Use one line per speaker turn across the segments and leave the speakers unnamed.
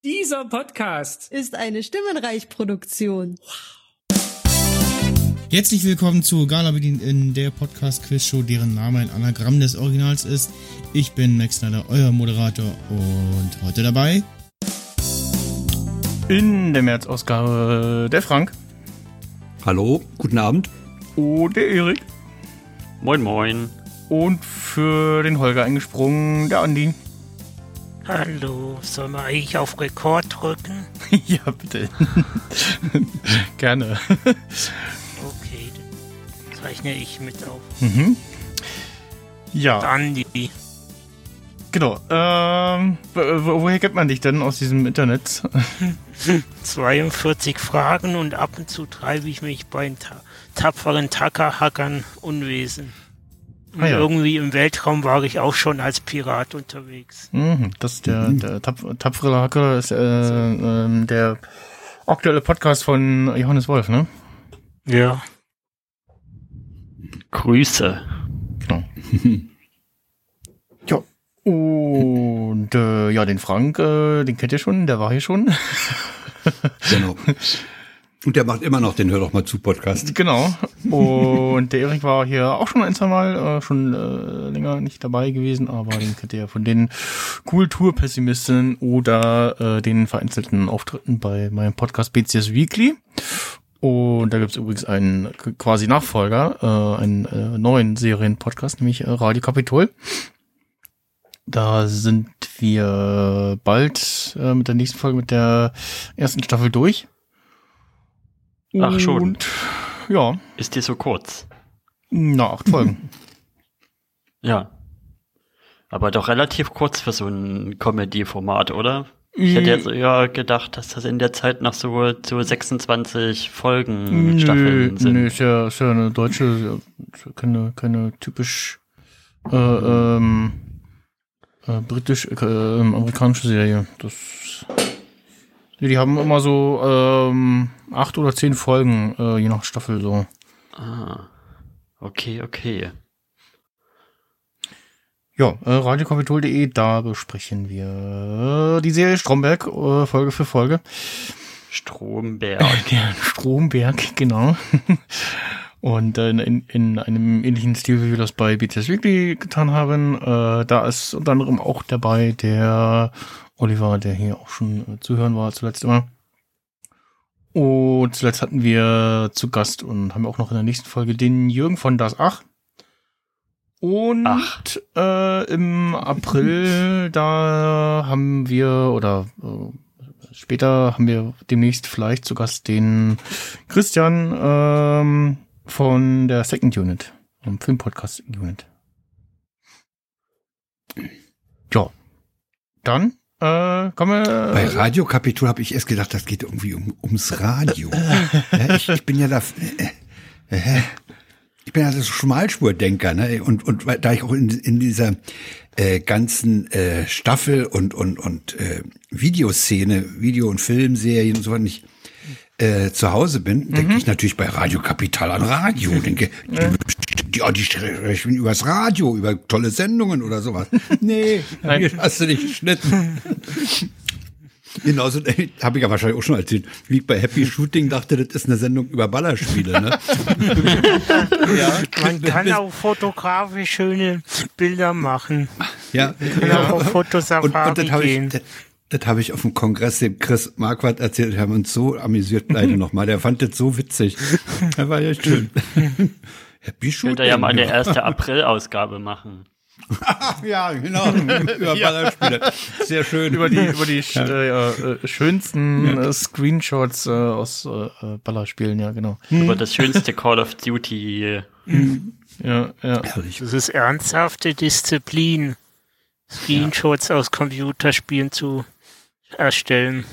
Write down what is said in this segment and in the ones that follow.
Dieser Podcast
ist eine Stimmenreich-Produktion.
Herzlich willkommen zu Gala bedient in der Podcast-Quiz-Show, deren Name ein Anagramm des Originals ist. Ich bin Max Snyder, euer Moderator, und heute dabei
in der März-Ausgabe der Frank.
Hallo, guten Abend.
Und der Erik.
Moin moin.
Und für den Holger eingesprungen, der Andi.
Hallo, soll man eigentlich auf Rekord drücken?
Ja, bitte. Gerne.
Okay, dann zeichne ich mit auf.
Mhm. Ja.
Andi.
Genau. Woher kennt man dich denn aus diesem Internet?
42 Fragen und ab und zu treibe ich mich bei tapferen Tacker-Hackern Unwesen. Und irgendwie im Weltraum war ich auch schon als Pirat unterwegs.
Das ist der tapfere Hacker, ist der aktuelle Podcast von Johannes Wolf, ne?
Ja.
Grüße.
Genau. Ja. Und den Frank, den kennt ihr schon, der war hier schon.
Genau. Und der macht immer noch den Hör doch mal zu Podcast.
Genau. Und der Erik war hier auch schon ein, zwei Mal, schon länger nicht dabei gewesen, aber den kennt ihr ja von den Kulturpessimisten oder den vereinzelten Auftritten bei meinem Podcast BCS Weekly. Und da gibt's übrigens einen quasi Nachfolger, einen neuen Serienpodcast, nämlich Radio Kapitol. Da sind wir bald mit der nächsten Folge, mit der ersten Staffel durch.
Ach schon.
Und, ja.
Ist die so kurz?
Na, 8 Folgen.
Ja. Aber doch relativ kurz für so ein Comedy-Format, oder? Ich hätte jetzt eher gedacht, dass das in der Zeit noch so 26 Folgen Staffeln sind.
Nee, ist ja eine deutsche, keine typisch britisch-amerikanische Serie. Die haben immer so 8 oder 10 Folgen, je nach Staffel so.
Ah, okay.
Ja, radiokapitol.de, da besprechen wir die Serie Stromberg, Folge für Folge.
Stromberg.
Ja, Stromberg, genau. Und in einem ähnlichen Stil, wie wir das bei BTS Weekly getan haben, da ist unter anderem auch dabei der Oliver, der hier auch schon zu hören war, zuletzt immer. Und zuletzt hatten wir zu Gast und haben auch noch in der nächsten Folge den Jürgen von Das Ach. Und im April, da haben wir, oder später haben wir demnächst vielleicht zu Gast den Christian von der Second Unit, vom Filmpodcast Unit. Ja, dann kommen wir.
Bei Radio Kapitol habe ich erst gedacht, das geht irgendwie ums Radio. Ja, ich bin ja da. Ich bin ja so Schmalspurdenker, ne? Und da ich auch in dieser ganzen Staffel und Videoszene, Video- und Filmserien und so weiter nicht zu Hause bin, denke ich natürlich bei Radio Kapital an Radio. Denke, die sprechen übers Radio, über tolle Sendungen oder sowas. Nee, hier hast du nicht geschnitten. Genauso habe ich ja wahrscheinlich auch schon erzählt, wie ich bei Happy Shooting dachte, das ist eine Sendung über Ballerspiele. Ne?
Ja, man kann auch fotografisch schöne Bilder machen.
Ja,
man kann auch auf Fotosafari gehen.
Das habe ich auf dem Kongress dem Chris Marquardt erzählt. Wir haben uns so amüsiert leider nochmal. Der fand das so witzig. Das war ja schön. Happy Shooting.
Könnt ihr ja mal eine erste April-Ausgabe machen.
Ja, genau. Über Ballerspiele. Sehr schön.
Über die schönsten Screenshots aus Ballerspielen, ja, genau.
Über das schönste Call of Duty.
Ja.
Herrlich.
Das ist ernsthafte Disziplin, Screenshots aus Computerspielen zu erstellen.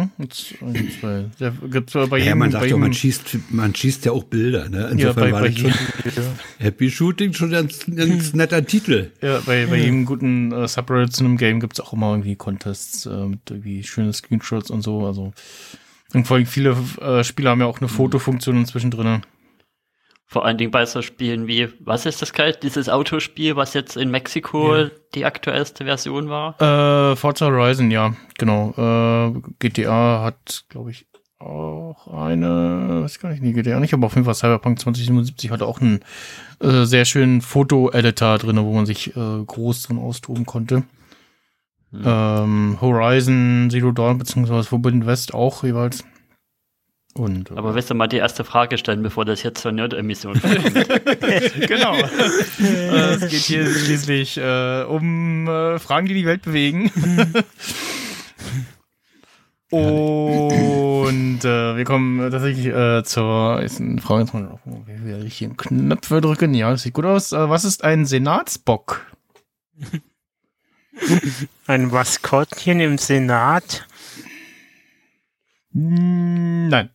Gibt's bei jedem,
Ja, man sagt
bei
doch,
jedem,
man schießt ja auch Bilder, ne? Insofern war das schon Happy Shooting schon ein ganz netter Titel.
Ja, bei jedem guten Subreddit zu einem Game gibt's auch immer irgendwie Contests mit irgendwie schönen Screenshots und so. Also und vor allem viele Spiele haben ja auch eine Fotofunktion inzwischen drin.
Vor allen Dingen bei so Spielen wie, was ist das gleich? Dieses Autospiel, was jetzt in Mexiko die aktuellste Version war?
Forza Horizon, ja, genau. GTA hat, glaube ich, auch eine, weiß gar nicht, nee, GTA nicht, aber auf jeden Fall Cyberpunk 2077 hatte auch einen sehr schönen Foto-Editor drin, wo man sich groß drin austoben konnte. Horizon, Zero Dawn beziehungsweise Forbidden West auch jeweils. Und,
aber willst du mal die erste Frage stellen, bevor das jetzt zur Nerd-Emission kommt?
Genau. Es geht hier schließlich um Fragen, die die Welt bewegen. Und wir kommen tatsächlich zur ersten Frage. Wie werde ich hier Knöpfe drücken? Ja, das sieht gut aus. Was ist ein Senatsbock?
Ein Maskottchen im Senat?
Nein.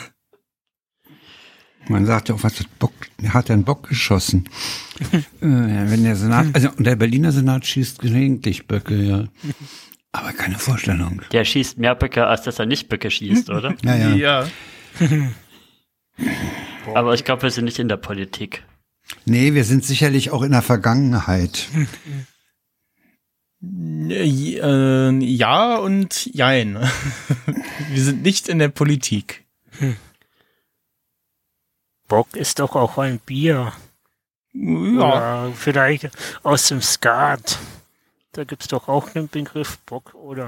Man sagt ja auch, was hat einen Bock geschossen? Wenn der Senat, also der Berliner Senat schießt gelegentlich Böcke, ja. Aber keine Vorstellung.
Der schießt mehr Böcke, als dass er nicht Böcke schießt, oder?
Ja.
Aber ich glaube, wir sind nicht in der Politik.
Nee, wir sind sicherlich auch in der Vergangenheit.
Ja und jein. Wir sind nicht in der Politik.
Bock ist doch auch ein Bier.
Ja.
Oder vielleicht aus dem Skat. Da gibt's doch auch den Begriff Bock, oder?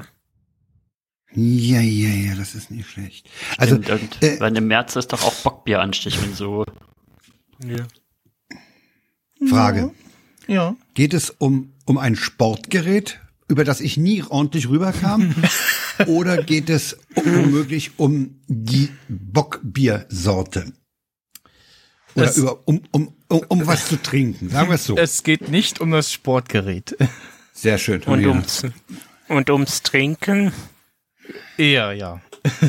Ja, das ist nicht schlecht. Also,
und weil im März ist doch auch Bockbieranstich und so.
Ja.
Frage.
Ja.
Geht es um ein Sportgerät, über das ich nie ordentlich rüberkam? Oder geht es womöglich um die Bockbiersorte? Oder um was zu trinken, sagen wir es so.
Es geht nicht um das Sportgerät.
Sehr schön.
Und ums Trinken?
Eher, ja.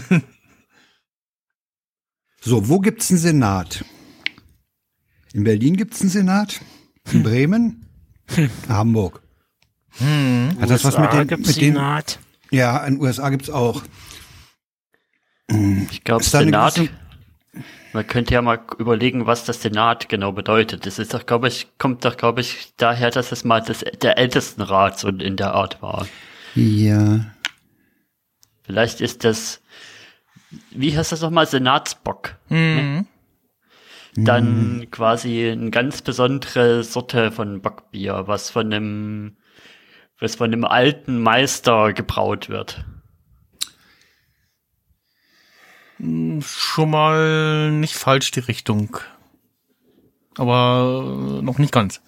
So, wo gibt's einen Senat? In Berlin gibt's einen Senat? In Bremen? Hamburg. Hat das was mit den
Senat?
Ja, in den USA gibt's auch.
Ich glaube, Senat. Man könnte ja mal überlegen, was das Senat genau bedeutet. Das ist doch, kommt doch, daher, dass es mal der Ältestenrat so in der Art war.
Ja.
Vielleicht ist das, wie heißt das nochmal, Senatsbock. Ne? Dann quasi eine ganz besondere Sorte von Bockbier, was von einem alten Meister gebraut wird.
Schon mal nicht falsch die Richtung. Aber noch nicht ganz.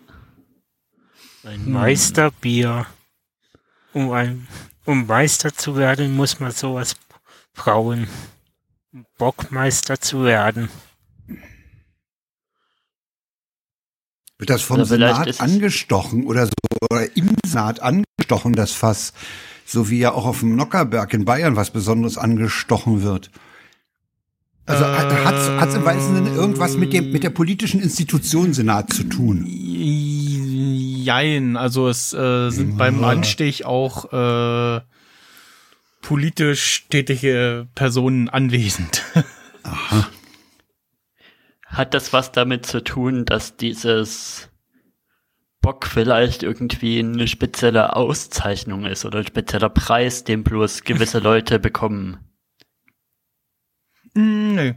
Ein Meisterbier. Um Meister zu werden, muss man sowas brauen. Um Bockmeister zu werden.
Wird das vom Senat angestochen oder so? Oder im Senat angestochen, das Fass? So wie ja auch auf dem Nockherberg in Bayern was Besonderes angestochen wird. Also hat's im weitesten Sinne irgendwas mit der politischen Institution Senat zu tun?
Jein, also es sind beim Anstich auch politisch tätige Personen anwesend.
Aha.
Hat das was damit zu tun, dass dieses Bock vielleicht irgendwie eine spezielle Auszeichnung ist oder ein spezieller Preis, den bloß gewisse Leute bekommen?
Nö.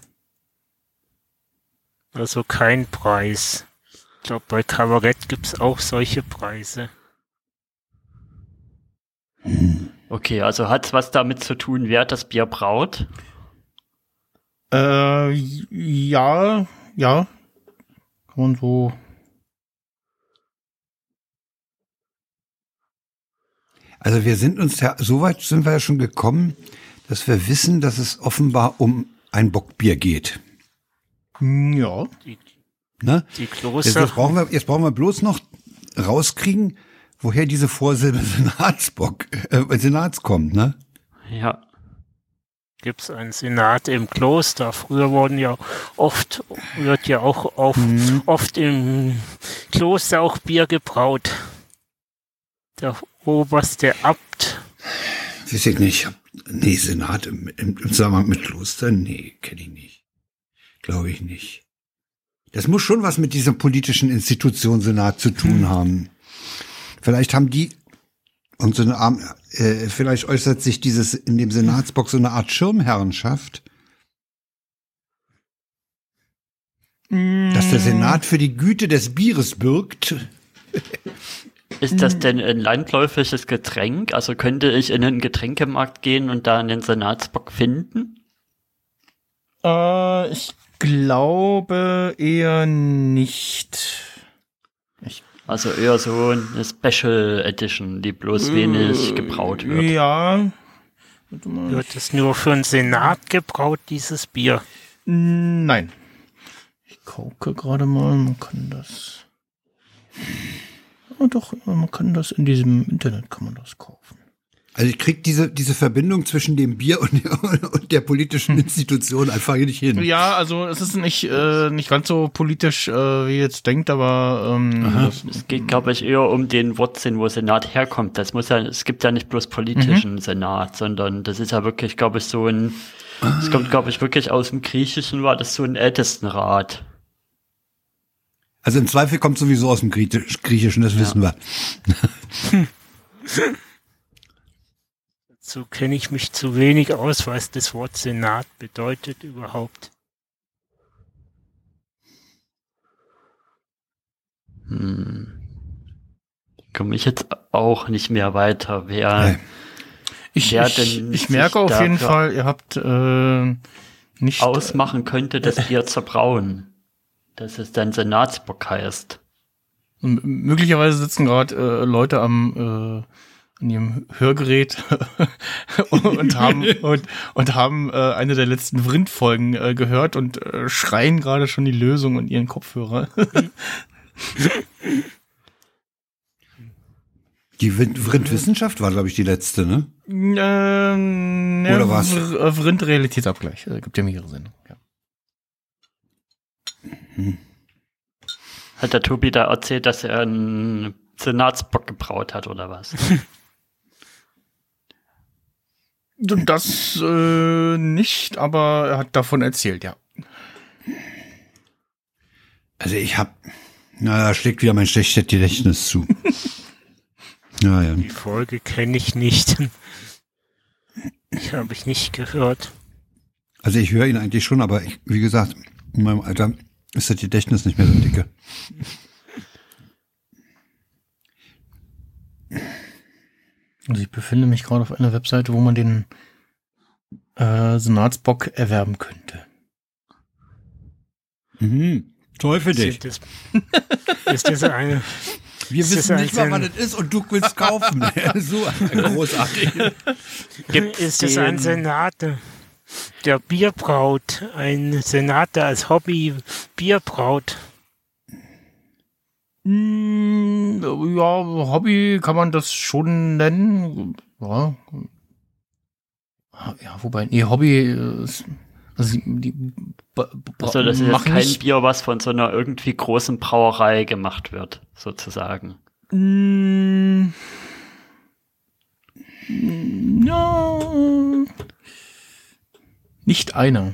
Also kein Preis. Ich glaube, bei Kabarett gibt's auch solche Preise.
Okay, also hat's was damit zu tun, wer das Bier braut?
Ja. Kann man so.
Also so weit sind wir ja schon gekommen, dass wir wissen, dass es offenbar um ein Bockbier geht.
Ja.
Ne?
Die Kloster.
Jetzt brauchen wir bloß noch rauskriegen, woher diese Vorsilbe Senats kommt, ne?
Ja.
Gibt's einen Senat im Kloster. Früher wird ja auch oft im Kloster auch Bier gebraut. Der oberste Abt.
Weiß ich nicht. Nee, Senat im Zusammenhang mit Kloster? Nee, kenne ich nicht. Glaube ich nicht. Das muss schon was mit dieser politischen Institution Senat zu tun haben. Vielleicht haben die und so eine Art, vielleicht äußert sich dieses in dem Senatsbock so eine Art Schirmherrenschaft, dass der Senat für die Güte des Bieres bürgt.
Ist das denn ein landläufiges Getränk? Also könnte ich in einen Getränkemarkt gehen und da einen Senatsbock finden?
Ich glaube eher nicht.
Also eher so eine Special Edition, die bloß wenig gebraut wird.
Ja.
Wird es nur für den Senat gebraut, dieses Bier?
Nein. Ich gucke gerade mal, man kann das... Doch, man kann das in diesem Internet kann man das kaufen.
Also ich krieg diese Verbindung zwischen dem Bier und der politischen Institution einfach hier nicht hin.
Ja, also es ist nicht ganz so politisch, wie ihr jetzt denkt, aber
es geht, glaube ich, eher um den Wortsinn, wo Senat herkommt. Es gibt ja nicht bloß politischen Senat, sondern das ist ja wirklich, glaube ich, es kommt, glaube ich, wirklich aus dem Griechischen, war das so ein Ältestenrat.
Also im Zweifel kommt sowieso aus dem Griechischen, das wissen wir.
Dazu kenne ich mich zu wenig aus, was das Wort Senat bedeutet überhaupt.
Komme ich jetzt auch nicht mehr weiter.
Ich merke auf jeden Fall, ihr habt nicht
ausmachen könnte, das Bier zerbrauen. Dass es dann Senatsbock heißt.
Und möglicherweise sitzen gerade Leute an ihrem Hörgerät und haben eine der letzten Vrind-Folgen gehört und schreien gerade schon die Lösung in ihren Kopfhörer.
Die Vrind-Wissenschaft war, glaube ich, die letzte, ne?
Oder was? Vrind-Realitätsabgleich. Gibt ja mehrere Sendungen. Ja.
Hat der Tobi da erzählt, dass er einen Senatsbock gebraut hat, oder was?
Das nicht, aber er hat davon erzählt, ja.
Also da schlägt wieder mein schlechtes Gedächtnis zu. Ja.
Die Folge kenne ich nicht. Habe ich nicht gehört.
Also ich höre ihn eigentlich schon, aber wie gesagt, in meinem Alter ist das Gedächtnis nicht mehr so dicke.
Also ich befinde mich gerade auf einer Webseite, wo man den Senatsbock erwerben könnte.
Toll für dich.
Ist das eine...
Wir wissen nicht mal, was das ist und du willst kaufen. So großartig.
Ist das ein Senat, der Bier braut? Ein Senat, der als Hobby Bier braut?
Ja, Hobby kann man das schon nennen. Ja, wobei, Hobby ist...
Also das ist jetzt kein Bier, was von so einer irgendwie großen Brauerei gemacht wird, sozusagen.
Ja, nicht einer.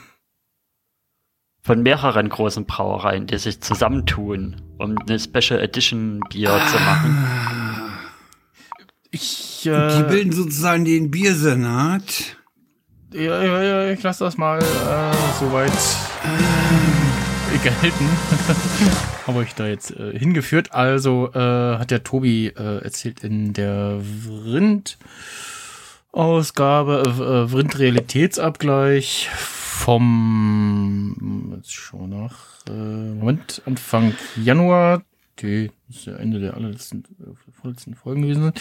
Von mehreren großen Brauereien, die sich zusammentun, um eine Special Edition Bier zu machen.
Die bilden sozusagen den Biersenat.
Ja, ich lasse das mal soweit gelten. Habe ich da jetzt hingeführt. Also hat der Tobi erzählt in der Vrind-Ausgabe, Vrind-Realitätsabgleich vom, jetzt schau nach, Anfang Januar, das ist ja Ende der vorletzten Folgen gewesen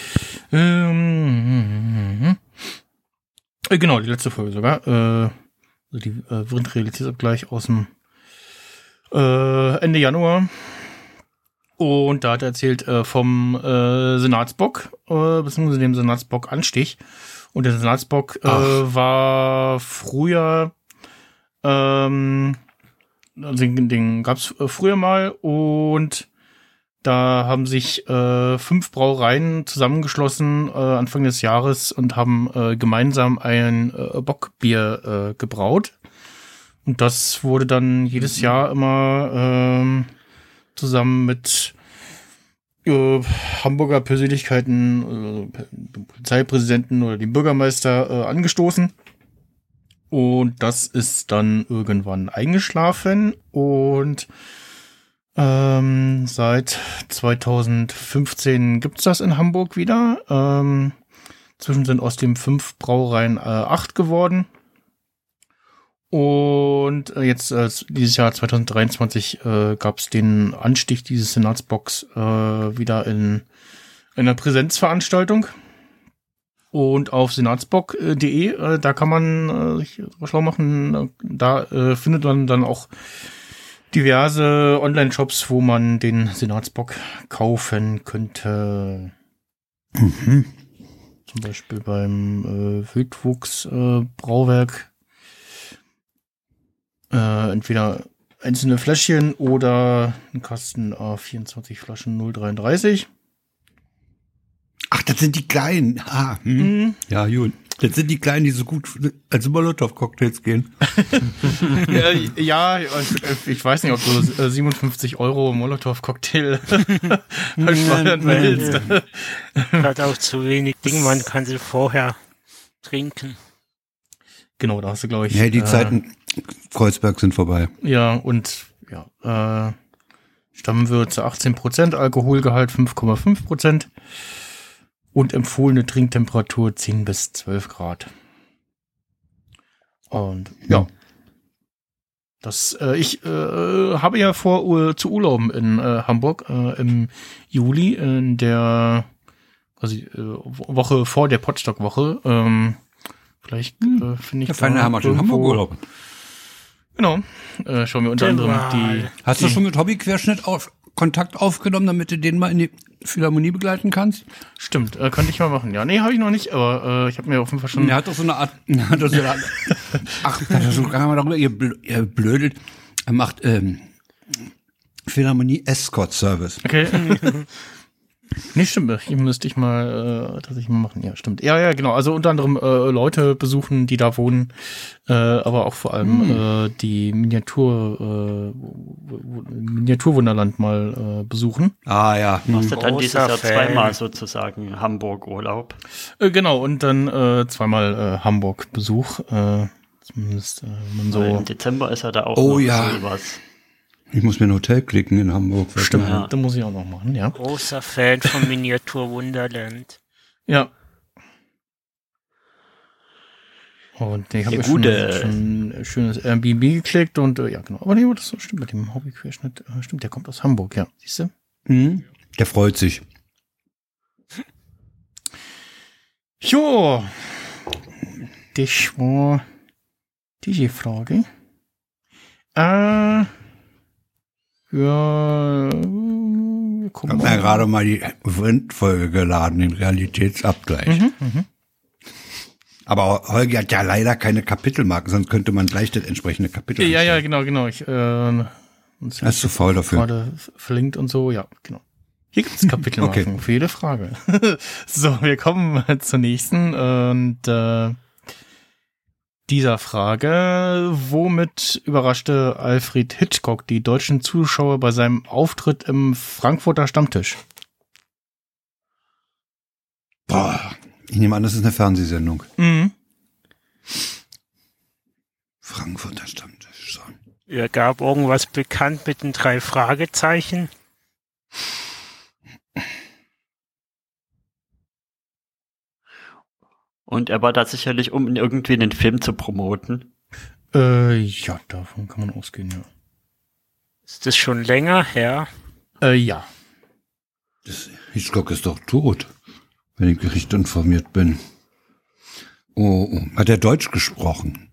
sind. Genau, die letzte Folge sogar. Die Vrind-Realitätsabgleich aus dem Ende Januar. Und da hat er erzählt vom Senatsbock, beziehungsweise dem Senatsbock-Anstich. Und der Senatsbock war früher, also den gab es früher mal und da haben sich 5 Brauereien zusammengeschlossen Anfang des Jahres und haben gemeinsam ein Bockbier gebraut. Und Und das wurde dann jedes Jahr immer zusammen mit Hamburger Persönlichkeiten, Polizeipräsidenten oder dem Bürgermeister angestoßen. Und das ist dann irgendwann eingeschlafen und seit 2015 gibt's das in Hamburg wieder. Zwischen sind aus dem 5 Brauereien 8 geworden. Und jetzt dieses Jahr 2023 gab's den Anstich dieses Senatsbox wieder in einer Präsenzveranstaltung. Und auf senatsbock.de, da kann man sich schlau machen. Da findet man dann auch diverse Online-Shops, wo man den Senatsbock kaufen könnte.
Mhm.
Zum Beispiel beim Wildwuchs Brauwerk. Entweder einzelne Fläschchen oder ein Kasten 24 Flaschen 0,33.
Ach, das sind die Kleinen. Ah, Ja, gut. Das sind die Kleinen, die so gut als Molotow-Cocktails gehen.
Ja, ich weiß nicht, ob du 57 € Molotow-Cocktail verschleudern willst.
Hat auch zu wenig Ding, man kann sie vorher trinken.
Genau, da hast du, glaube ich.
Ja, die Zeiten Kreuzberg sind vorbei.
Ja, und ja, Stammwürze 18%, Alkoholgehalt 5,5% und empfohlene Trinktemperatur 10 bis 12 Grad. Und ja, das ich habe ja vor zu urlauben in Hamburg im Juli, in der quasi Woche vor der Potsdok-Woche. Vielleicht finde ich
der Feine Hammer in Hamburg Urlaub.
Genau. Schauen wir unter anderem die.
Hast du schon mit Hobbyquerschnitt Kontakt aufgenommen, damit du den mal in die Philharmonie begleiten kannst?
Stimmt, könnte ich mal machen. Ja, nee, habe ich noch nicht, aber ich habe mir auf jeden Fall schon.
Er hat doch so eine Art. Ach, so kann man darüber, ihr blödet. Er macht Philharmonie Escort Service.
Okay. Nee, stimmt. Hier müsste ich mal tatsächlich mal machen. Ja, stimmt. Ja, genau. Also unter anderem Leute besuchen, die da wohnen, aber auch vor allem die Miniaturwunderland mal besuchen.
Ah ja.
Machst du dann dieses Jahr zweimal sozusagen Hamburg-Urlaub?
Genau, und dann zweimal Hamburg-Besuch. Zumindest man so.
Im Dezember ist ja da auch
noch
so was.
Ich muss mir ein Hotel klicken in Hamburg.
Stimmt, ja. Das muss ich auch noch machen, ja.
Großer Fan von Miniaturwunderland.
Ja. Und ich habe mir schon ein schönes Airbnb geklickt und ja, genau. Aber nee, das stimmt mit dem Hobbyquerschnitt. Stimmt, der kommt aus Hamburg, ja. Siehst du?
Mhm. Der freut sich.
Jo. Das war diese Frage. Ja,
ich habe mir gerade mal die Folge geladen, den Realitätsabgleich. Aber Holgi hat ja leider keine Kapitelmarken, sonst könnte man gleich das entsprechende Kapitel
Ja, genau. Ich
das ist zu faul dafür.
Gerade verlinkt und so, ja, genau. Hier gibt's Kapitelmarken für jede Frage. So, wir kommen zur nächsten und dieser Frage: Womit überraschte Alfred Hitchcock die deutschen Zuschauer bei seinem Auftritt im Frankfurter Stammtisch?
Boah, ich nehme an, das ist eine Fernsehsendung.
Mhm.
Frankfurter Stammtisch. So.
Er gab irgendwas bekannt mit den 3 Fragezeichen.
Und er war da sicherlich, um irgendwie einen Film zu promoten.
Ja, davon kann man ausgehen, ja.
Ist das schon länger her?
Ja.
Hitchcock ist doch tot, wenn ich richtig informiert bin. Oh, hat er Deutsch gesprochen?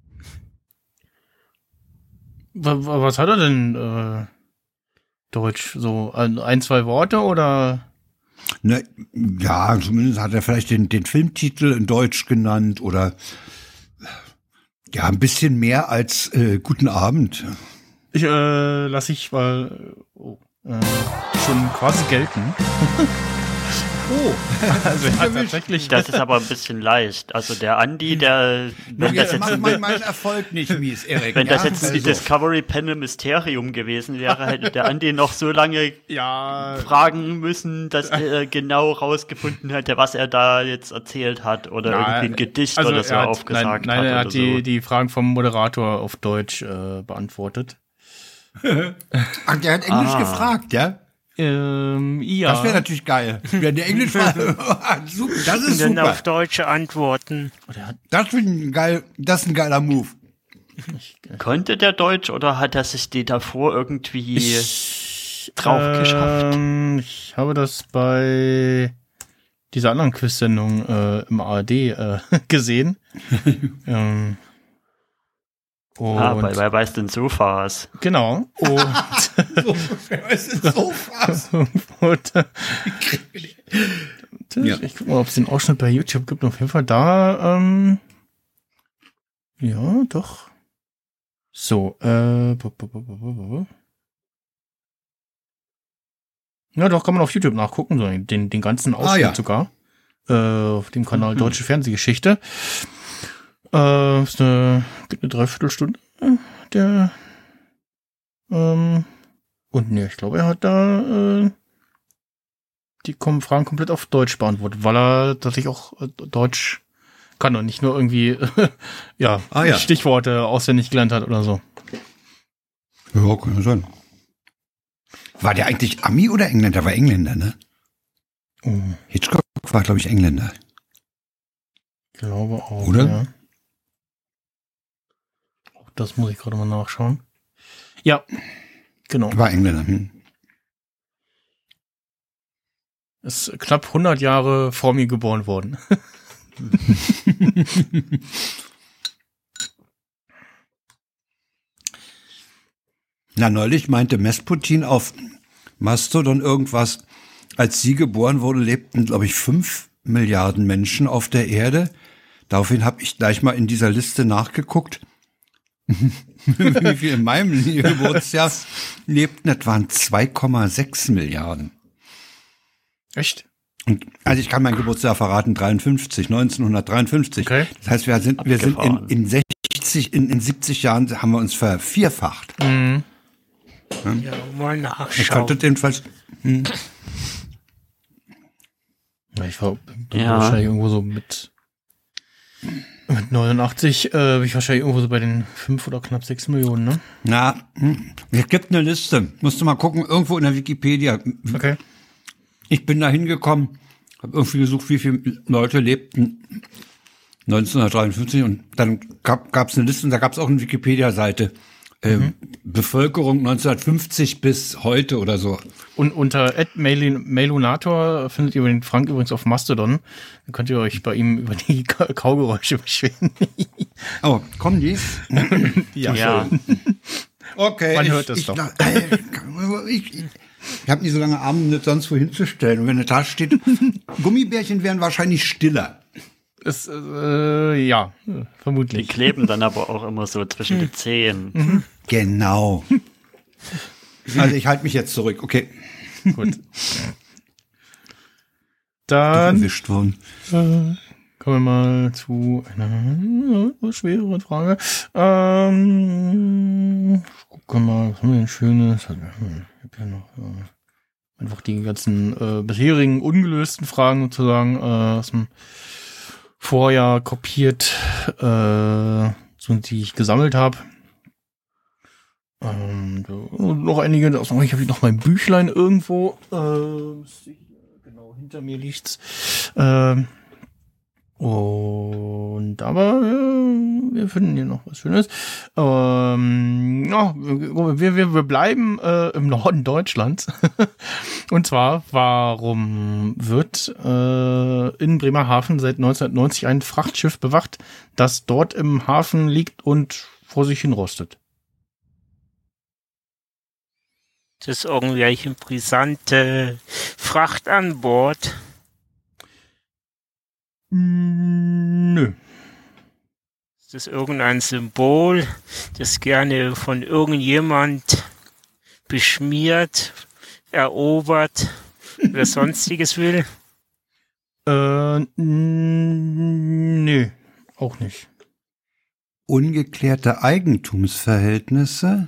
Was hat er denn Deutsch? So 1, 2 Worte oder?
Ne, ja, zumindest hat er vielleicht den Filmtitel in Deutsch genannt oder ja, ein bisschen mehr als Guten Abend.
Ich lasse ich mal schon quasi gelten.
Oh,
Also er hat tatsächlich.
Das ist aber ein bisschen leicht. Also der Andi, wenn das jetzt,
mach meinen Erfolg nicht mies, Erik.
wenn das jetzt
Also.
ein Discovery Panel Mysterium gewesen wäre, hätte der Andi noch so lange
Ja,
fragen müssen, dass er genau rausgefunden hätte, was er da jetzt erzählt hat oder irgendwie ein Gedicht oder so
er hat,
aufgesagt
nein,
hat.
er
oder
hat
so.
die Fragen vom Moderator auf Deutsch beantwortet.
Ach, der hat Englisch gefragt, ja?
Ja.
Das wäre natürlich geil. Wenn der Englisch war, super, das ist
Und dann
super.
auf deutsche Antworten.
Das ist ein geiler Move.
Konnte der Deutsch oder hat er sich die davor irgendwie drauf geschafft?
Ich habe das bei dieser anderen Quiz-Sendung im ARD gesehen. Und
Wer weiß denn Sofas?
genau. Und,
Es ist so fast.
und
Ja.
ich guck mal, ob es den Ausschnitt bei YouTube gibt. Auf jeden Fall da. Ja, doch. So. Ja, doch, kann man auf YouTube nachgucken. So, den ganzen Ausschnitt
ja.
sogar. Auf dem Kanal Deutsche Fernsehgeschichte. Ist eine Dreiviertelstunde. Und ne, ich glaube, er hat da die Fragen komplett auf Deutsch beantwortet, weil er tatsächlich auch Deutsch kann und nicht nur irgendwie ja, Stichworte auswendig gelernt hat oder so.
Ja, kann ja sein. War der eigentlich Ami oder Engländer? War Engländer, ne?
Oh,
Hitchcock war, glaube ich, Engländer.
ich glaube auch.
Oder?
Ja. Auch das muss ich gerade mal nachschauen. Ja, genau.
War Engländer.
Ist knapp 100 Jahre vor mir geboren worden.
Na, neulich meinte Mesputin auf Mastodon irgendwas, als sie geboren wurde, lebten, glaube ich, 5 Milliarden Menschen auf der Erde. Daraufhin habe ich gleich mal in dieser Liste nachgeguckt, wie viel in meinem Geburtsjahr lebten. Das waren 2,6 Milliarden.
Echt?
Und, also ich kann mein Geburtsjahr verraten, 1953.
Okay.
Das heißt, wir sind in 70 Jahren haben wir uns vervierfacht.
Mhm.
Ja, mal
Ich
nachschauen.
konnte jedenfalls.
Ja, ich war
Ja.
wahrscheinlich irgendwo so mit 89, bin ich wahrscheinlich irgendwo so bei den 5 oder knapp 6 Millionen, ne?
Na, es gibt eine Liste. Musst du mal gucken, irgendwo in der Wikipedia.
Okay.
Ich bin da hingekommen, habe irgendwie gesucht, wie viele Leute lebten 1953 und dann gab es eine Liste und da gab es auch eine Wikipedia-Seite. Bevölkerung 1950 bis heute oder so.
Und unter @mailunator findet ihr den Frank übrigens auf Mastodon. Dann könnt ihr euch bei ihm über die Kaugeräusche beschweren.
Oh, kommen die?
Ja.
Okay.
Man hört das doch.
Ich habe nicht so lange Arme, um das sonst wo hinzustellen. Und wenn da steht, Gummibärchen wären wahrscheinlich stiller.
Ist, ja,
Die
vermutlich.
kleben dann aber auch immer so zwischen den Zähnen.
Genau. Also ich halte mich jetzt zurück. Okay.
Gut. Dann
Erwischt worden.
kommen wir mal zu einer schwereren Frage. Gucken wir mal, was haben wir denn Schönes? Ich habe ja noch einfach die ganzen bisherigen ungelösten Fragen sozusagen aus dem Vorjahr kopiert, so die ich gesammelt habe. Und noch einige, ich habe noch mein Büchlein irgendwo, genau hinter mir liegt's. Und aber wir finden hier noch was Schönes. Ja, wir bleiben im Norden Deutschlands. Und zwar, warum wird in Bremerhaven seit 1990 ein Frachtschiff bewacht, das dort im Hafen liegt und vor sich hin rostet?
Das ist irgendwelche brisante Fracht an Bord.
Nö.
Ist das irgendein Symbol, das gerne von irgendjemand beschmiert, erobert oder sonstiges will?
Nee, auch nicht.
Ungeklärte Eigentumsverhältnisse?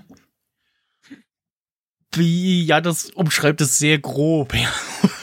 Ja, das umschreibt es sehr grob. Ja.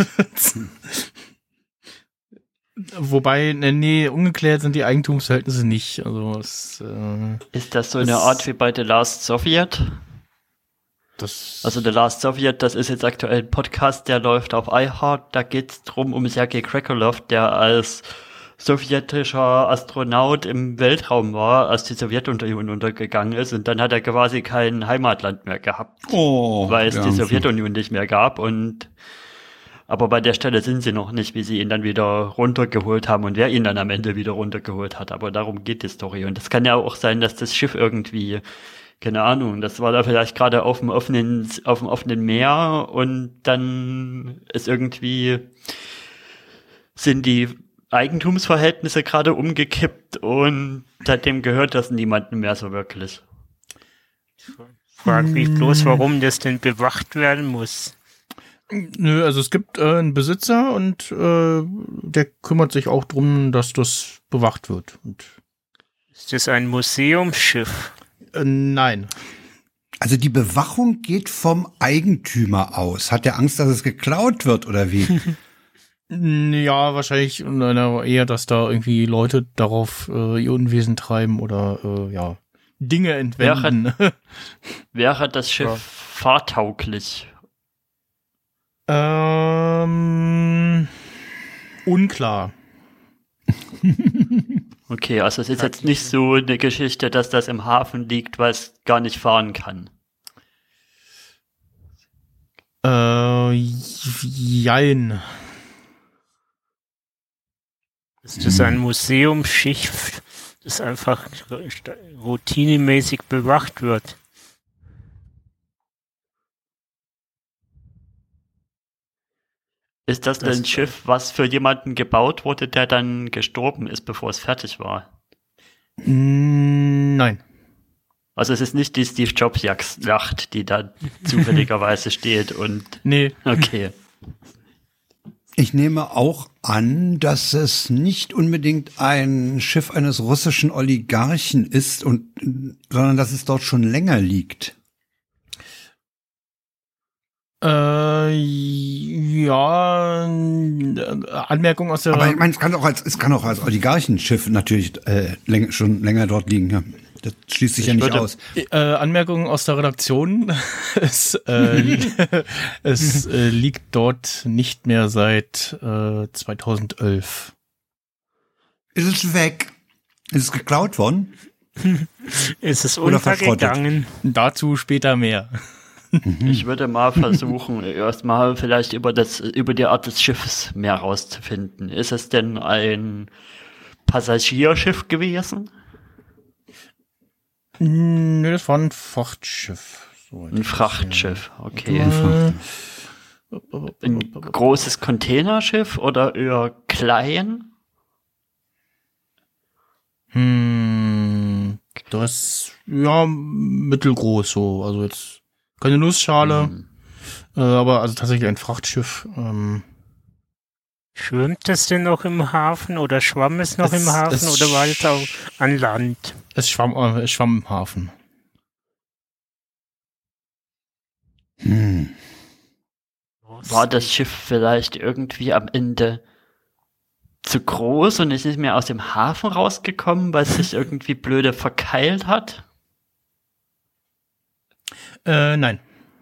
Wobei, nee, ungeklärt sind die Eigentumsverhältnisse nicht. Also
ist das so eine Art wie bei The Last Soviet? Also The Last Soviet, das ist jetzt aktuell ein Podcast, der läuft auf iHeart. Da geht's drum um Sergei Krikalev, der als sowjetischer Astronaut im Weltraum war, als die Sowjetunion untergegangen ist. Und dann hat er quasi kein Heimatland mehr gehabt, weil es die Sowjetunion nicht mehr gab. Aber bei der Stelle sind sie noch nicht, wie sie ihn dann wieder runtergeholt haben und wer ihn dann am Ende wieder runtergeholt hat. Aber darum geht die Story. Und das kann ja auch sein, dass das Schiff irgendwie, keine Ahnung, das war da vielleicht gerade auf dem offenen Meer und dann ist irgendwie, sind die Eigentumsverhältnisse gerade umgekippt und seitdem gehört das niemandem mehr so wirklich.
Ich frage mich bloß, warum das denn bewacht werden muss.
Nö, also es gibt einen Besitzer und der kümmert sich auch drum, dass das bewacht wird.
Ist das ein Museumsschiff?
Nein.
Also die Bewachung geht vom Eigentümer aus. Hat er Angst, dass es geklaut wird oder wie?
Ja, wahrscheinlich eher, dass da irgendwie Leute darauf ihr Unwesen treiben oder Dinge entwenden.
Wäre das Schiff fahrtauglich?
Unklar.
Okay, also es ist jetzt nicht so eine Geschichte, dass das im Hafen liegt, weil es gar nicht fahren kann.
Jein.
Ist das ein Museumsschiff, das einfach routinemäßig bewacht wird?
Ist das ein Schiff, was für jemanden gebaut wurde, der dann gestorben ist, bevor es fertig war?
Nein.
Also es ist nicht die Steve Jobs Yacht, die da zufälligerweise steht und...
Nee.
Okay.
Ich nehme auch an, dass es nicht unbedingt ein Schiff eines russischen Oligarchen ist, sondern dass es dort schon länger liegt.
Ja, Anmerkung aus der...
Aber ich meine, es kann auch als Oligarchenschiff natürlich schon länger dort liegen. Ja. Das schließt sich ja nicht aus.
Anmerkung aus der Redaktion. Es liegt dort nicht mehr seit 2011.
Ist es weg? Ist es geklaut worden?
Ist es untergegangen?
Dazu später mehr.
Ich würde mal versuchen, erstmal vielleicht über die Art des Schiffes mehr rauszufinden. Ist es denn ein Passagierschiff gewesen?
Nö, das war ein Frachtschiff.
Ein Frachtschiff, okay. Ein großes Containerschiff oder eher klein?
Das, ja, mittelgroß so. Also jetzt keine Nussschale, aber also tatsächlich ein Frachtschiff.
Schwimmt es denn noch im Hafen oder schwamm es noch im Hafen oder war es auch an Land?
Es schwamm im Hafen.
War das Schiff vielleicht irgendwie am Ende zu groß und es ist mir aus dem Hafen rausgekommen, weil es sich irgendwie blöde verkeilt hat?
Nein.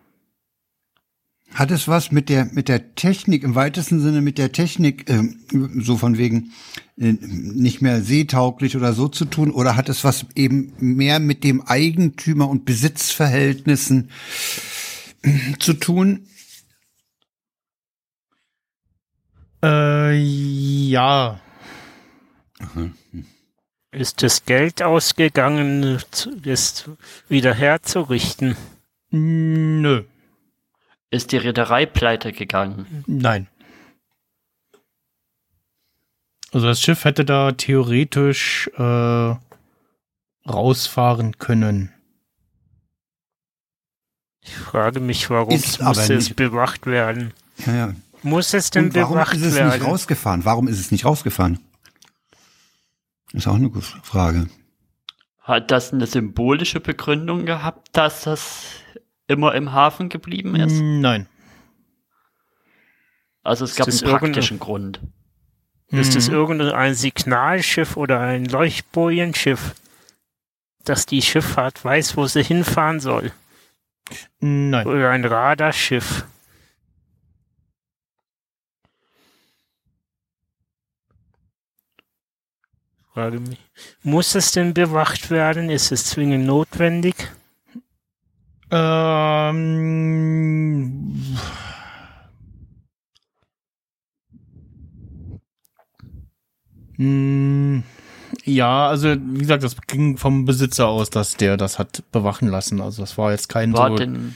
Hat es was mit der Technik, im weitesten Sinne mit der Technik, so von wegen nicht mehr seetauglich oder so zu tun? Oder hat es was eben mehr mit dem Eigentümer- und Besitzverhältnissen zu tun?
Ja.
Aha.
Ist das Geld ausgegangen, das wieder herzurichten?
Nö.
Ist die Reederei pleite gegangen?
Nein. Also das Schiff hätte da theoretisch rausfahren können.
Ich frage mich, warum musste es bewacht werden?
Ja.
Muss es denn
Und warum
bewacht
ist es
werden?
nicht rausgefahren? Warum ist es nicht rausgefahren? Ist auch eine gute Frage.
Hat das eine symbolische Begründung gehabt, dass das immer im Hafen geblieben ist?
Nein.
Also es gab einen praktischen Grund.
Ist es irgendein Signalschiff oder ein Leuchtbojenschiff, dass die Schifffahrt weiß, wo sie hinfahren soll?
Nein.
Oder ein Radarschiff? Frage mich. Muss es denn bewacht werden? Ist es zwingend notwendig?
Ja, also wie gesagt, das ging vom Besitzer aus, dass der das hat bewachen lassen. Also das war jetzt kein
War
so...
denn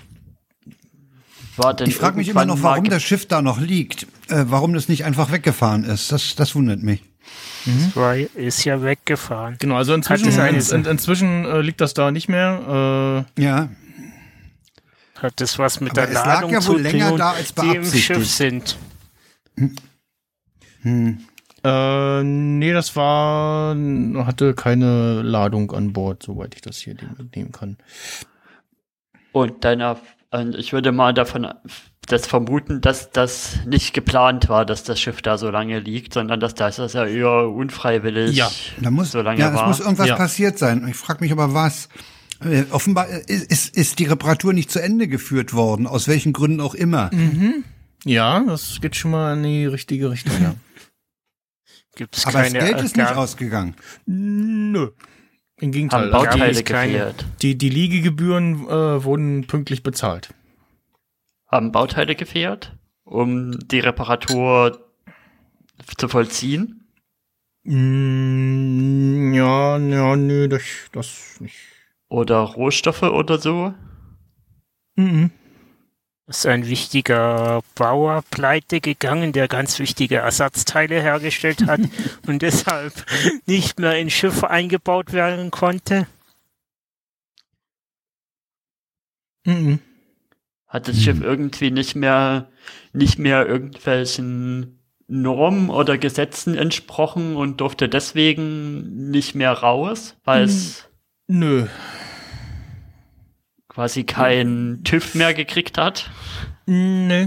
Ich frage mich immer noch, warum das Schiff da noch liegt. Warum das nicht einfach weggefahren ist. Das wundert mich.
Ist ja weggefahren.
Genau, also inzwischen liegt das da nicht mehr.
Ja.
Hat das was mit
Aber
der
es lag
Ladung
ja
zu
wohl länger
tun,
da als
die im Schiff
beabsichtigt.
sind?
Nee, das hatte keine Ladung an Bord, soweit ich das hier mitnehmen kann.
Und ich würde mal das vermuten, dass das nicht geplant war, dass das Schiff da so lange liegt, sondern dass das ja eher unfreiwillig so lange war.
Es muss irgendwas passiert sein. Ich frage mich aber, was. Offenbar ist die Reparatur nicht zu Ende geführt worden, aus welchen Gründen auch immer.
Ja, das geht schon mal in die richtige Richtung, ja.
Gibt's
Aber das
keine
Geld ist nicht ausgegangen.
Nö. Im Gegenteil.
Haben Bauteile
gab es keine-
gefehlt.
Die Liegegebühren wurden pünktlich bezahlt.
Haben Bauteile gefehlt, um die Reparatur zu vollziehen?
Ja, nö, das nicht.
Oder Rohstoffe oder so?
Ist ein wichtiger Bauer pleite gegangen, der ganz wichtige Ersatzteile hergestellt hat und deshalb nicht mehr in Schiffe eingebaut werden konnte?
Hat das Schiff irgendwie nicht mehr irgendwelchen Normen oder Gesetzen entsprochen und durfte deswegen nicht mehr raus, weil es
Nö.
quasi kein TÜV mehr gekriegt hat?
Nee.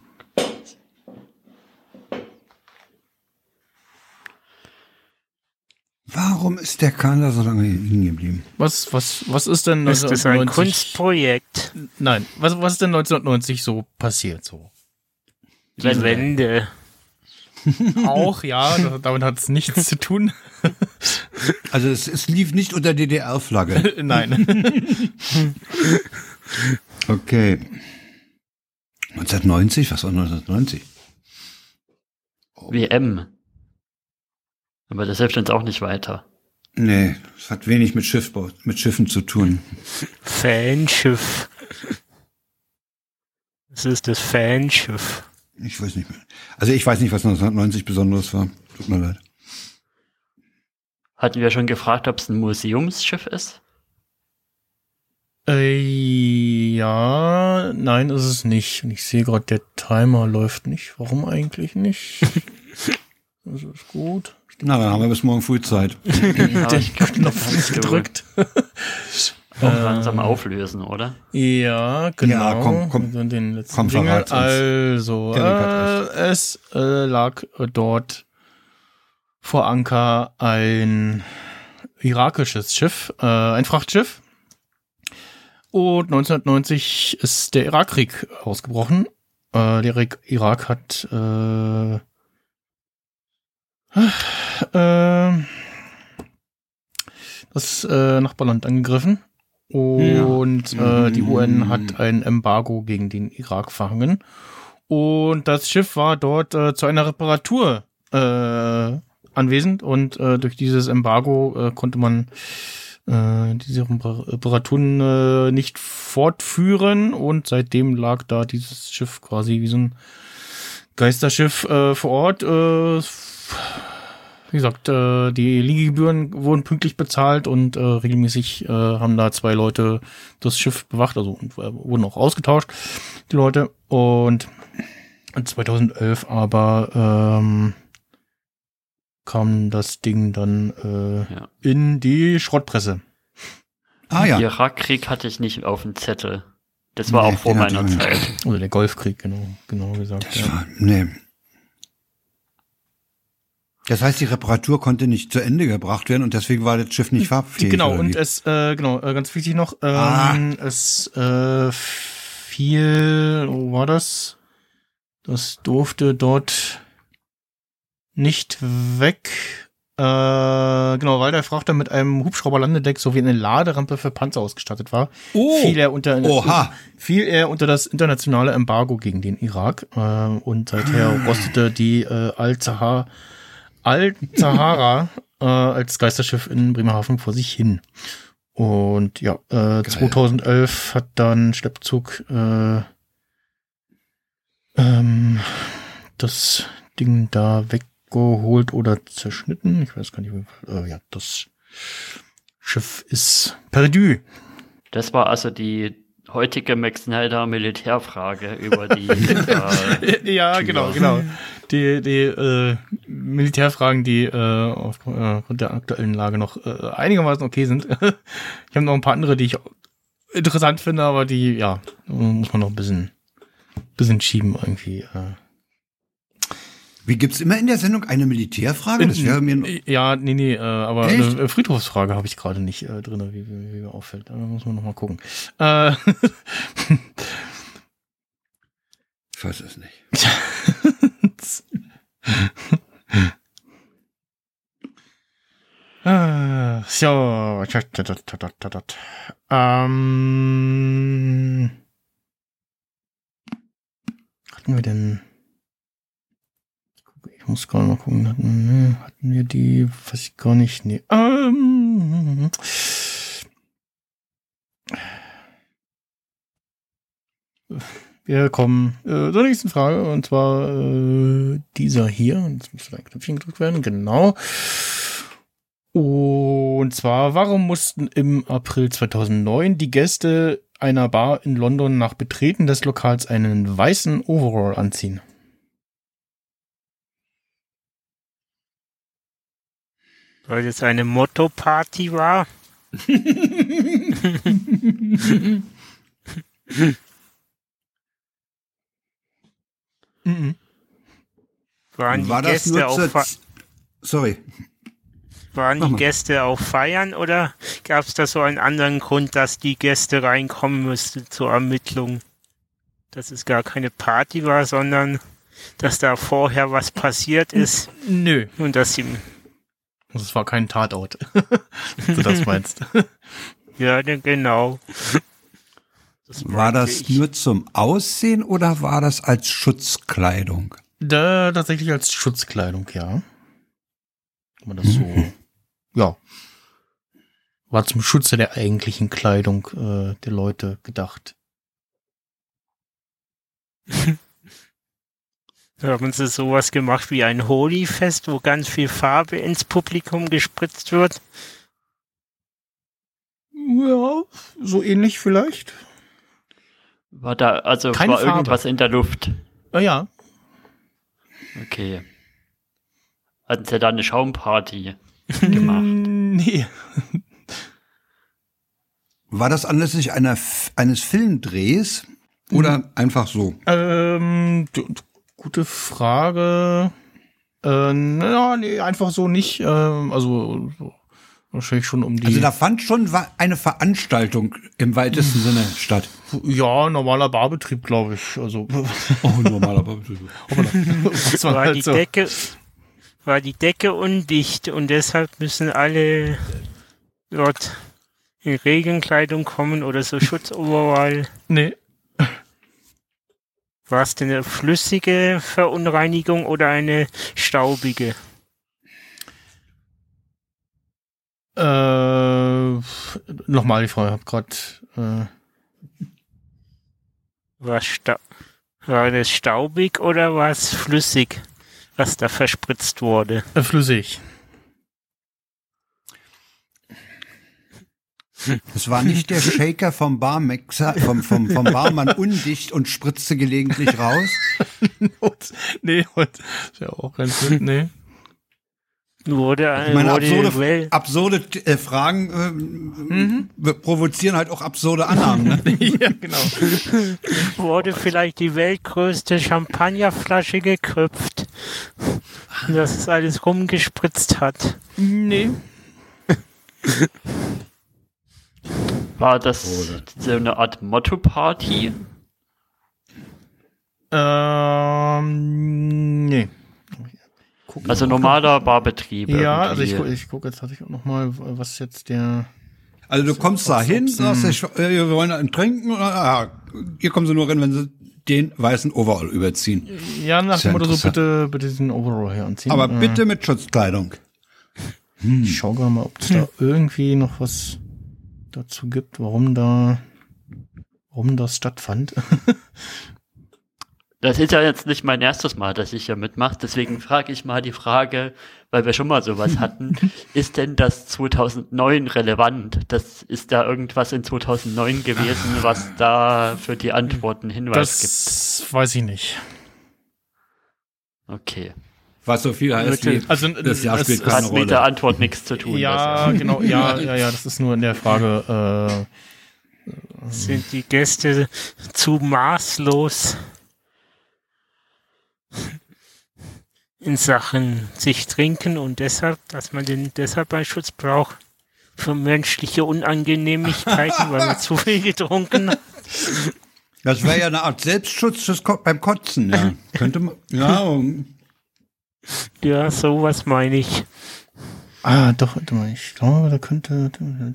Warum ist der Kahn da so lange liegen geblieben?
Was ist denn
Ist das ein
1990?
Kunstprojekt?
Nein, was ist denn 1990 so passiert so?
Die Wende.
Auch, ja, damit hat es nichts zu tun.
Also es lief nicht unter DDR-Flagge.
Nein.
Okay. 1990? Was war 1990?
WM. Aber das hilft uns auch nicht weiter.
Nee, es hat wenig mit Schiffen zu tun.
Fanschiff. Das ist das Fanschiff.
Ich weiß nicht mehr. Also ich weiß nicht, was 1990 Besonderes war. Tut mir leid.
Hatten wir schon gefragt, ob es ein Museumsschiff ist?
Ja, nein, ist es nicht. Und ich sehe gerade, der Timer läuft nicht. Warum eigentlich nicht? Das ist gut.
Na, dann haben wir bis morgen früh Zeit.
Aber ich glaub,
Knopf ist gedrückt.
Auch langsam auflösen, oder?
Ja, genau.
Ja, komm.
Den letzten
Komm,
Jingle.
verrat's uns.
Also,
Erik hat
es lag vor Anker ein irakisches Schiff, ein Frachtschiff. Und 1990 ist der Irakkrieg ausgebrochen. Der Irak hat das Nachbarland angegriffen. Und die UN hat ein Embargo gegen den Irak verhangen. Und das Schiff war dort zu einer Reparatur anwesend. Und durch dieses Embargo konnte man diese Reparaturen nicht fortführen. Und seitdem lag da dieses Schiff quasi wie so ein Geisterschiff vor Ort. Wie gesagt, die Liegegebühren wurden pünktlich bezahlt und regelmäßig haben da 2 Leute das Schiff bewacht, also und, wurden auch ausgetauscht, die Leute. Und 2011 aber kam das Ding dann in die Schrottpresse.
Ah ja.
Irakkrieg hatte ich nicht auf dem Zettel. Das war auch vor meiner Zeit.
Oder der Golfkrieg, genau gesagt.
Nee. Das heißt, die Reparatur konnte nicht zu Ende gebracht werden und deswegen war das Schiff nicht fahrfähig.
Genau, und es, ganz wichtig noch, es fiel, wo war das? Das durfte dort nicht weg. Weil der Frachter mit einem Hubschrauberlandedeck sowie eine Laderampe für Panzer ausgestattet war, fiel er unter das internationale Embargo gegen den Irak. Und seither rostete die Al-Zahara als Geisterschiff in Bremerhaven vor sich hin. Und 2011 hat dann Schleppzug das Ding da weggeholt oder zerschnitten. Ich weiß gar nicht, das Schiff ist perdu.
Das war also die heutige Max Snyder Militärfrage über die
ja, genau. Die Militärfragen, die aufgrund der aktuellen Lage noch einigermaßen okay sind. Ich habe noch ein paar andere, die ich interessant finde, aber die, muss man noch ein bisschen schieben irgendwie.
Wie gibt's immer in der Sendung eine Militärfrage? Das wäre mir
aber
Echt?
eine Friedhofsfrage habe ich gerade nicht drin, wie mir auffällt. Da muss man noch mal gucken.
Ich weiß es nicht.
So. Hatten wir denn... Ich muss gerade mal gucken. Hatten wir die... Weiß ich gar nicht. Nee. Wir kommen zur nächsten Frage. Und zwar dieser hier. Jetzt muss ein Knöpfchen gedrückt werden. Genau. Und zwar, warum mussten im April 2009 die Gäste einer Bar in London nach Betreten des Lokals einen weißen Overall anziehen?
Weil es eine Motto-Party war? Waren die Gäste auf Feiern oder gab es da so einen anderen Grund, dass die Gäste reinkommen mussten zur Ermittlung? Dass es gar keine Party war, sondern dass da vorher was passiert ist?
Nö.
Und dass sie...
Also es war kein Tatort, wenn du das meinst.
Ja, genau.
War das nur zum Aussehen oder war das als Schutzkleidung?
Tatsächlich als Schutzkleidung, ja. Wenn man das so, ja. War zum Schutze der eigentlichen Kleidung der Leute gedacht.
Haben sie sowas gemacht wie ein Holi-Fest, wo ganz viel Farbe ins Publikum gespritzt wird?
Ja, so ähnlich vielleicht.
War da, also
Keine
war
Farbe.
Irgendwas in der Luft?
Ja.
Okay. Hatten sie da eine Schaumparty gemacht?
Nee.
War das anlässlich eines Filmdrehs oder einfach so?
Gute Frage. Nee, einfach so nicht. Also wahrscheinlich schon um die...
Also da fand schon eine Veranstaltung im weitesten Sinne statt.
Ja, normaler Barbetrieb, glaube ich. Also
normaler Barbetrieb.
War die Decke undicht und deshalb müssen alle dort in Regenkleidung kommen oder so Schutzoverall.
Nee.
War es denn eine flüssige Verunreinigung oder eine staubige?
Nochmal die Frage, ich habe gerade...
War das staubig oder war es flüssig, was da verspritzt wurde?
Flüssig.
Es war nicht der Shaker vom Barmixer, vom Barmann undicht und spritzte gelegentlich raus.
Das ist ja auch ganz gut, nee.
Ich meine, absurde Fragen provozieren halt auch absurde Annahmen. Ne?
Ja, genau.
Wurde vielleicht die weltgrößte Champagnerflasche geköpft, dass es alles rumgespritzt hat?
Nee.
War das so eine Art Motto-Party?
Nee.
Also normaler Barbetrieb.
Ja,
irgendwie.
also ich gucke jetzt tatsächlich auch noch mal, was jetzt der...
Also du kommst da hin, sagst, wir wollen einen trinken, hier kommen sie nur rein, wenn sie den weißen Overall überziehen.
Ja, nach dem Motto so, bitte diesen Overall hier anziehen.
Aber bitte mit Schutzkleidung.
Ich schau gerade mal, ob es da irgendwie noch was dazu gibt, warum das stattfand.
Das ist ja jetzt nicht mein erstes Mal, dass ich hier mitmache, deswegen frage ich mal die Frage, weil wir schon mal sowas hatten, ist denn das 2009 relevant? Ist da irgendwas in 2009 gewesen, was da für die Antworten Hinweis gibt?
Das weiß ich nicht.
Okay.
Was so viel heißt wie,
also,
das Jahr spielt keine
Hat
Rolle.
mit der Antwort nichts zu tun.
Ja, genau, ja, das ist nur in der Frage,
Sind die Gäste zu maßlos in Sachen sich trinken und deshalb, dass man den Deshalbschutz braucht für menschliche Unangenehmigkeiten, weil man zu viel getrunken hat.
Das wäre ja eine Art Selbstschutz beim Kotzen, ja. Könnte man, ja.
Ja, sowas meine ich.
doch, warte mal, ich glaube, da könnte...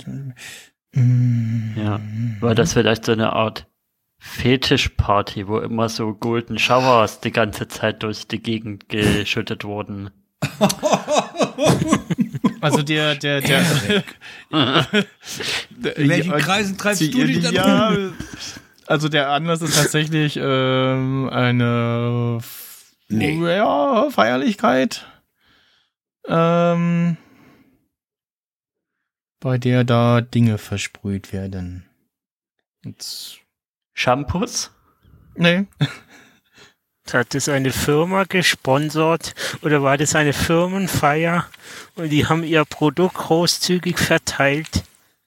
Ja, war das vielleicht so eine Art Fetischparty, wo immer so Golden Showers die ganze Zeit durch die Gegend geschüttet wurden?
Also
In welchen Kreisen treibst du dich dann
ja, also der Anlass ist tatsächlich eine Feierlichkeit, bei der da Dinge versprüht werden. Jetzt.
Shampoos?
Nee.
Hat das eine Firma gesponsert oder war das eine Firmenfeier und die haben ihr Produkt großzügig verteilt?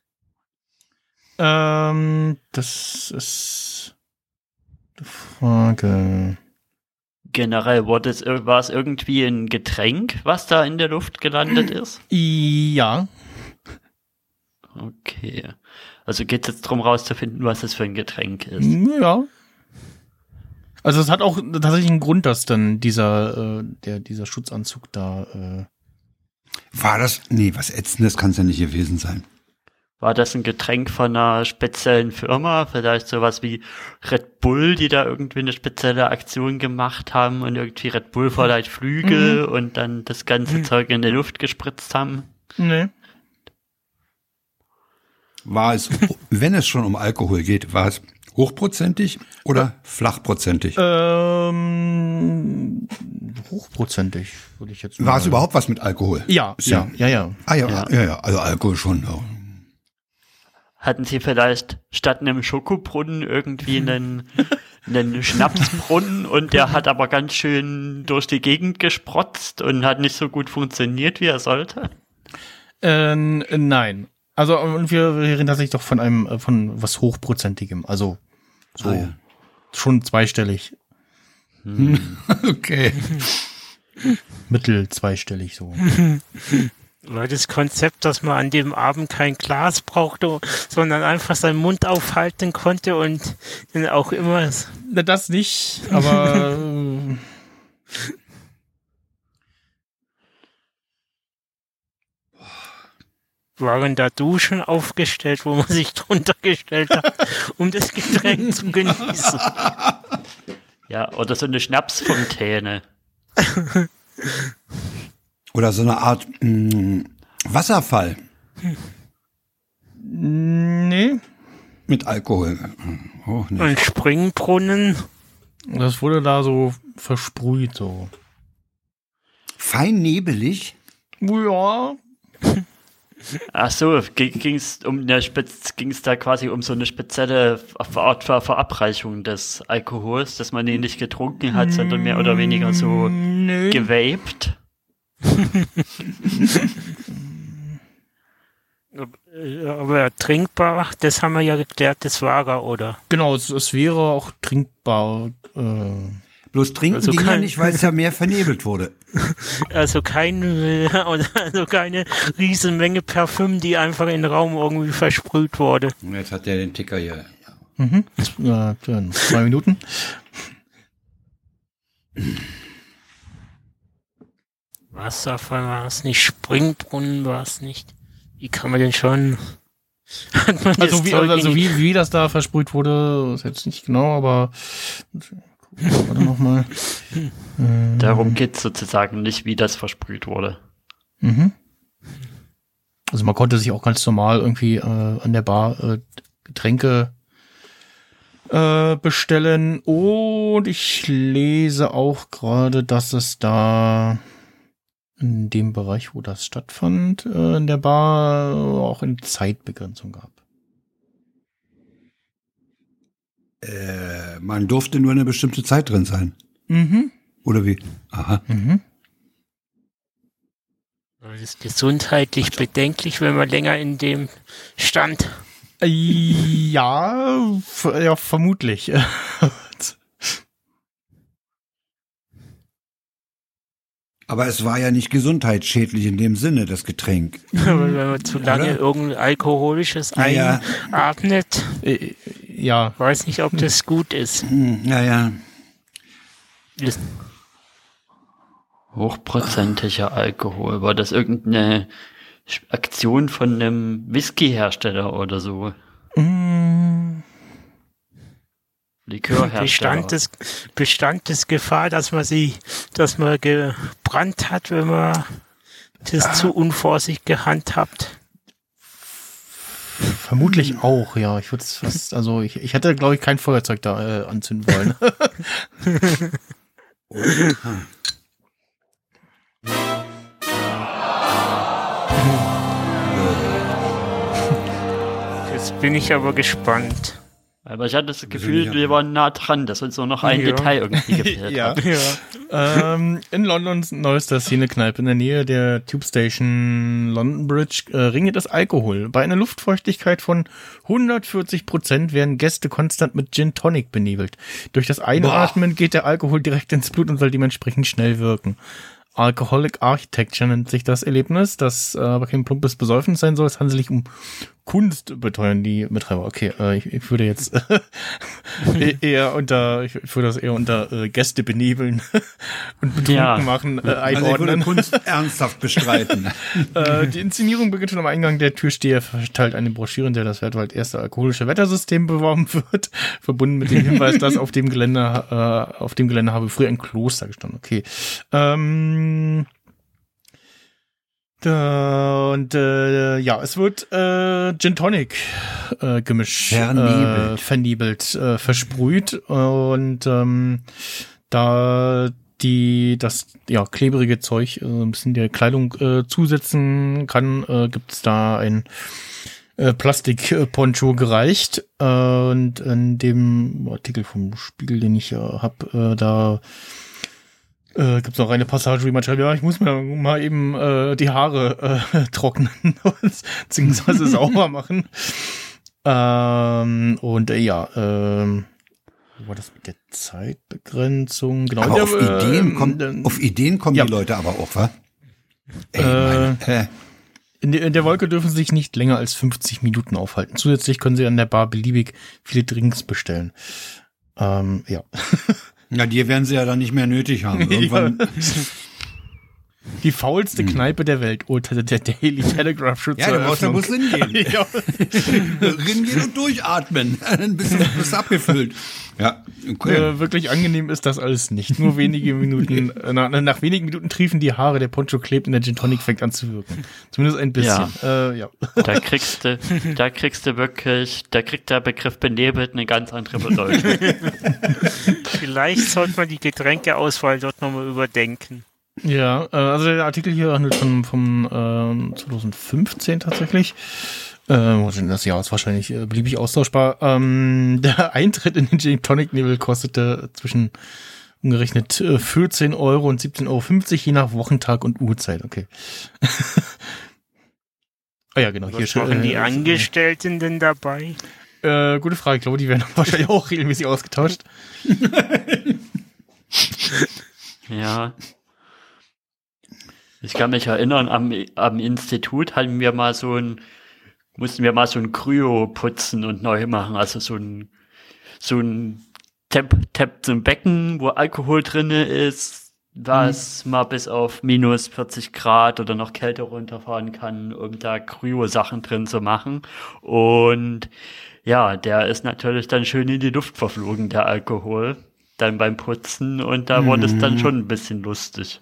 Das ist die Frage.
Generell war es irgendwie ein Getränk, was da in der Luft gelandet ist?
Ja.
Okay. Also geht es jetzt darum, rauszufinden, was es für ein Getränk ist.
Ja. Also es hat auch tatsächlich einen Grund, dass dann dieser Schutzanzug da...
War das? Nee, was Ätzendes kann es ja nicht gewesen sein.
War das ein Getränk von einer speziellen Firma? Vielleicht sowas wie Red Bull, die da irgendwie eine spezielle Aktion gemacht haben und irgendwie Red Bull verleiht Flügel und dann das ganze Zeug in die Luft gespritzt haben?
Nee.
War es, wenn es schon um Alkohol geht, war es hochprozentig oder flachprozentig?
Hochprozentig, würde ich jetzt mal.
War es überhaupt was mit Alkohol?
Ja. Ja.
Ah ja, also Alkohol schon. Ja.
Hatten Sie vielleicht statt einem Schokobrunnen irgendwie einen Schnapsbrunnen und der hat aber ganz schön durch die Gegend gesprotzt und hat nicht so gut funktioniert, wie er sollte?
Nein. Also wir reden tatsächlich doch von was Hochprozentigem. Also so schon zweistellig.
Okay.
Mittel zweistellig so. War das Konzept, dass man an dem Abend kein Glas brauchte, sondern einfach seinen Mund aufhalten konnte und dann auch immer...
Das nicht, aber...
Waren da Duschen aufgestellt, wo man sich drunter gestellt hat, um das Getränk zu genießen?
Ja, oder so eine Schnapsfontäne.
Oder so eine Art Wasserfall.
Nee.
Mit Alkohol. Oh, nee.
Ein Springbrunnen.
Das wurde da so versprüht, so.
Fein nebelig?
Ja.
Ach so, ging's da quasi um so eine spezielle Art Verabreichung des Alkohols, dass man ihn nicht getrunken hat, sondern mehr oder weniger so gewaped?
Aber trinkbar, das haben wir ja geklärt, das war er, oder?
Genau, es wäre auch trinkbar.
Bloß trinken
Also
ging ja nicht, weil es ja mehr vernebelt wurde.
Also keine Riesenmenge Parfüm, die einfach in den Raum irgendwie versprüht wurde.
Und jetzt hat der den Ticker hier.
Mhm. 2 Minuten.
Wasserfall war es nicht, Springbrunnen war es nicht. Wie kann man denn schon... Hat man das
Also wie das da versprüht wurde, ist jetzt nicht genau, aber... Warte nochmal.
Darum geht's sozusagen nicht, wie das versprüht wurde.
Mhm. Also man konnte sich auch ganz normal irgendwie an der Bar Getränke bestellen. Und ich lese auch gerade, dass es da in dem Bereich, wo das stattfand, in der Bar auch eine Zeitbegrenzung gab.
Man durfte nur eine bestimmte Zeit drin sein.
Mhm.
Oder wie? Aha.
Mhm.
Das ist gesundheitlich bedenklich, wenn man länger in dem stand.
Ja, vermutlich.
Aber es war ja nicht gesundheitsschädlich in dem Sinne, das Getränk.
Aber wenn man zu lange irgendein Alkoholisches einatmet,
Ja.
weiß nicht, ob das gut ist.
Naja.
Hochprozentiger Alkohol. War das irgendeine Aktion von einem Whisky-Hersteller oder so? Likörhersteller.
Bestand es Gefahr, dass man gebrannt hat, wenn man das zu unvorsichtig gehandhabt?
Vermutlich auch, ja. Ich würde es fast, also ich hätte, glaube ich, kein Feuerzeug da anzünden wollen.
Jetzt bin ich aber gespannt.
Aber ich hatte das Gefühl, wir waren nah dran, dass uns nur noch ein Detail irgendwie gefehlt hat.
In Londons neuester Szenekneipe in der Nähe der Tube Station London Bridge ringt das Alkohol. Bei einer Luftfeuchtigkeit von 140% werden Gäste konstant mit Gin Tonic benebelt. Durch das Einatmen geht der Alkohol direkt ins Blut und soll dementsprechend schnell wirken. Alcoholic Architecture nennt sich das Erlebnis, das aber kein plumpes Besäufen sein soll. Es handelt sich um Kunst, beteuern die Betreiber. Okay, ich würde jetzt ich würde das eher unter Gäste benebeln und betrunken machen einordnen.
Also ich würde Kunst ernsthaft bestreiten.
Die Inszenierung beginnt schon am Eingang. Der Türsteher verteilt eine Broschüre, in der das weltweit erste alkoholische Wettersystem beworben wird, verbunden mit dem Hinweis, dass auf dem Gelände habe früher ein Kloster gestanden. Okay. Es wird Gin Tonic Gemisch vernebelt, versprüht und da das klebrige Zeug ein bisschen der Kleidung zusetzen kann, gibt's da ein Plastikponcho gereicht und in dem Artikel vom Spiegel, den ich habe, da gibt's noch eine Passage, wie man schreibt, ja, ich muss mir mal eben die Haare trocknen beziehungsweise sauber machen. Wo war das mit der Zeitbegrenzung? Genau.
Aber auf Ideen kommen die Leute aber auch, wa?
In der Wolke dürfen sie sich nicht länger als 50 Minuten aufhalten. Zusätzlich können sie an der Bar beliebig viele Drinks bestellen.
Ja, die werden sie ja dann nicht mehr nötig haben. Irgendwann.
Die faulste Kneipe der Welt, urteilte der Daily Telegraph schon
Ja, du musst hingehen. Hingehen und durchatmen. Dann bist du abgefüllt. Ja, okay.
Wirklich angenehm ist das alles nicht. Nur wenige Minuten, nach wenigen Minuten triefen die Haare, der Poncho klebt und der Gin Tonic fängt an zu wirken. Zumindest ein bisschen.
Da kriegst du wirklich, da kriegt der Begriff benebelt eine ganz andere Bedeutung.
Vielleicht sollte man die Getränkeauswahl dort nochmal überdenken.
Ja, also der Artikel hier handelt vom 2015 tatsächlich. Das Jahr ist wahrscheinlich beliebig austauschbar. Der Eintritt in den Gin Tonic Nebel kostete zwischen umgerechnet 14 Euro und 17,50 Euro, je nach Wochentag und Uhrzeit. Okay. Ah ja, genau.
Was machen die Angestellten denn dabei?
Gute Frage. Ich glaube, die werden wahrscheinlich auch regelmäßig ausgetauscht.
Ja. Ich kann mich erinnern, am Institut mussten wir mal so ein Kryo putzen und neu machen. Also so ein Becken, wo Alkohol drinne ist, was mal bis auf minus 40 Grad oder noch Kälte runterfahren kann, um da Kryo-Sachen drin zu machen. Und ja, der ist natürlich dann schön in die Luft verflogen, der Alkohol, dann beim Putzen. Und da wurde es dann schon ein bisschen lustig.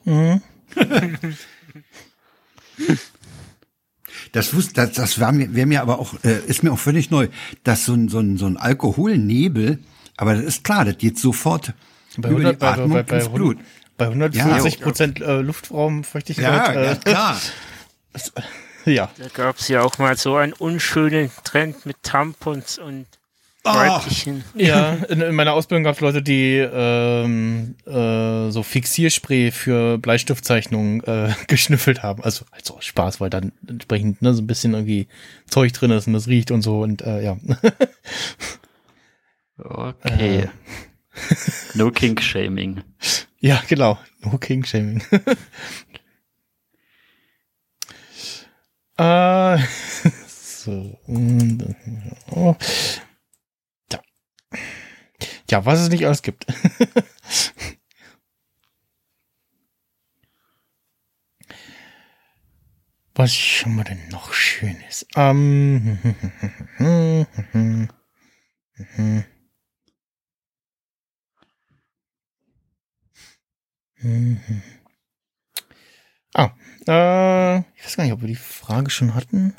Das wäre mir aber auch, ist mir auch völlig neu, dass so ein Alkoholnebel, aber das ist klar, das geht sofort über die Atmung ins Blut.
Bei 140% Luftraumfeuchtigkeit.
Ja, klar.
Ja.
Da gab es ja auch mal so einen unschönen Trend mit Tampons und weiblichen.
Ja, in meiner Ausbildung gab es Leute, die so Fixierspray für Bleistiftzeichnungen geschnüffelt haben. Also Spaß, weil dann entsprechend so ein bisschen irgendwie Zeug drin ist und das riecht und so und ja.
Okay. No Kink-Shaming.
Ja, genau. No Kink-Shaming. So. Ja, was es nicht alles gibt. Was haben wir denn noch Schönes? Ich weiß gar nicht, ob wir die Frage schon hatten.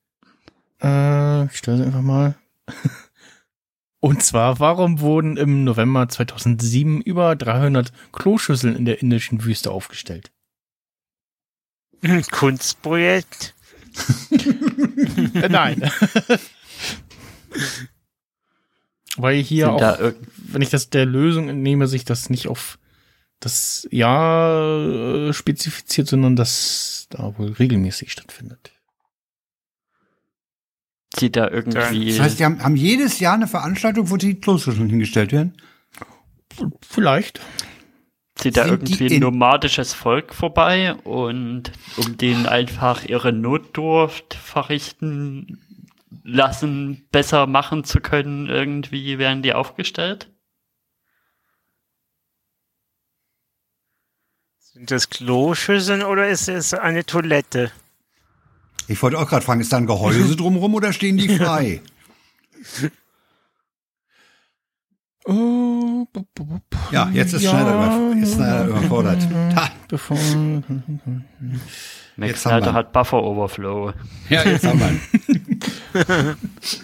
Ich stelle sie einfach mal. Und zwar, warum wurden im November 2007 über 300 Kloschüsseln in der indischen Wüste aufgestellt?
Kunstprojekt?
Nein. Weil hier auch, wenn ich das der Lösung entnehme, sich das nicht auf das Jahr spezifiziert, sondern das da wohl regelmäßig stattfindet.
Sieht da irgendwie...
Das heißt, die haben jedes Jahr eine Veranstaltung, wo die Kloschüsseln hingestellt werden?
Vielleicht.
Zieht da irgendwie ein nomadisches Volk vorbei und um denen einfach ihre Notdurft verrichten lassen, besser machen zu können, irgendwie werden die aufgestellt?
Sind das Kloschüsseln oder ist es eine Toilette?
Ich wollte auch gerade fragen, ist da ein Gehäuse drumherum oder stehen die frei? Ja, jetzt ist Schneider überfordert.
Max Schneider hat Buffer Overflow.
Ja, jetzt haben wir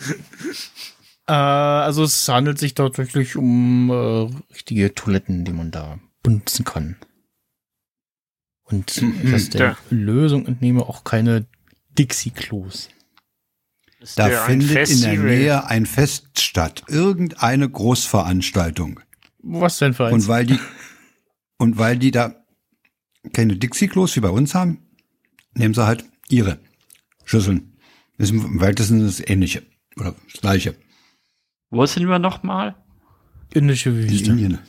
Also es handelt sich tatsächlich um richtige Toiletten, die man da benutzen kann. Und dass der Lösung entnehme auch keine Dixie-Klos.
Da findet in der Nähe ein Fest statt. Irgendeine Großveranstaltung.
Was denn für eins?
Und weil die da keine Dixie-Klos wie bei uns haben, nehmen sie halt ihre Schüsseln. Das ist im weitesten das Ähnliche. Oder das Gleiche.
Wo sind wir nochmal?
Indische Wüste.
In Indien.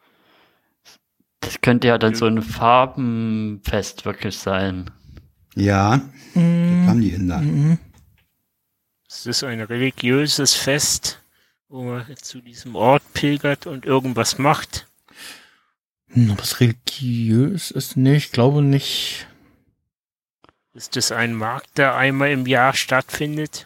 Das könnte ja dann so ein Farbenfest wirklich sein.
Ja, das haben die Inder.
Es ist ein religiöses Fest, wo man zu diesem Ort pilgert und irgendwas macht.
Ob es religiös ist? Nee, ich glaube nicht.
Ist es ein Markt, der einmal im Jahr stattfindet?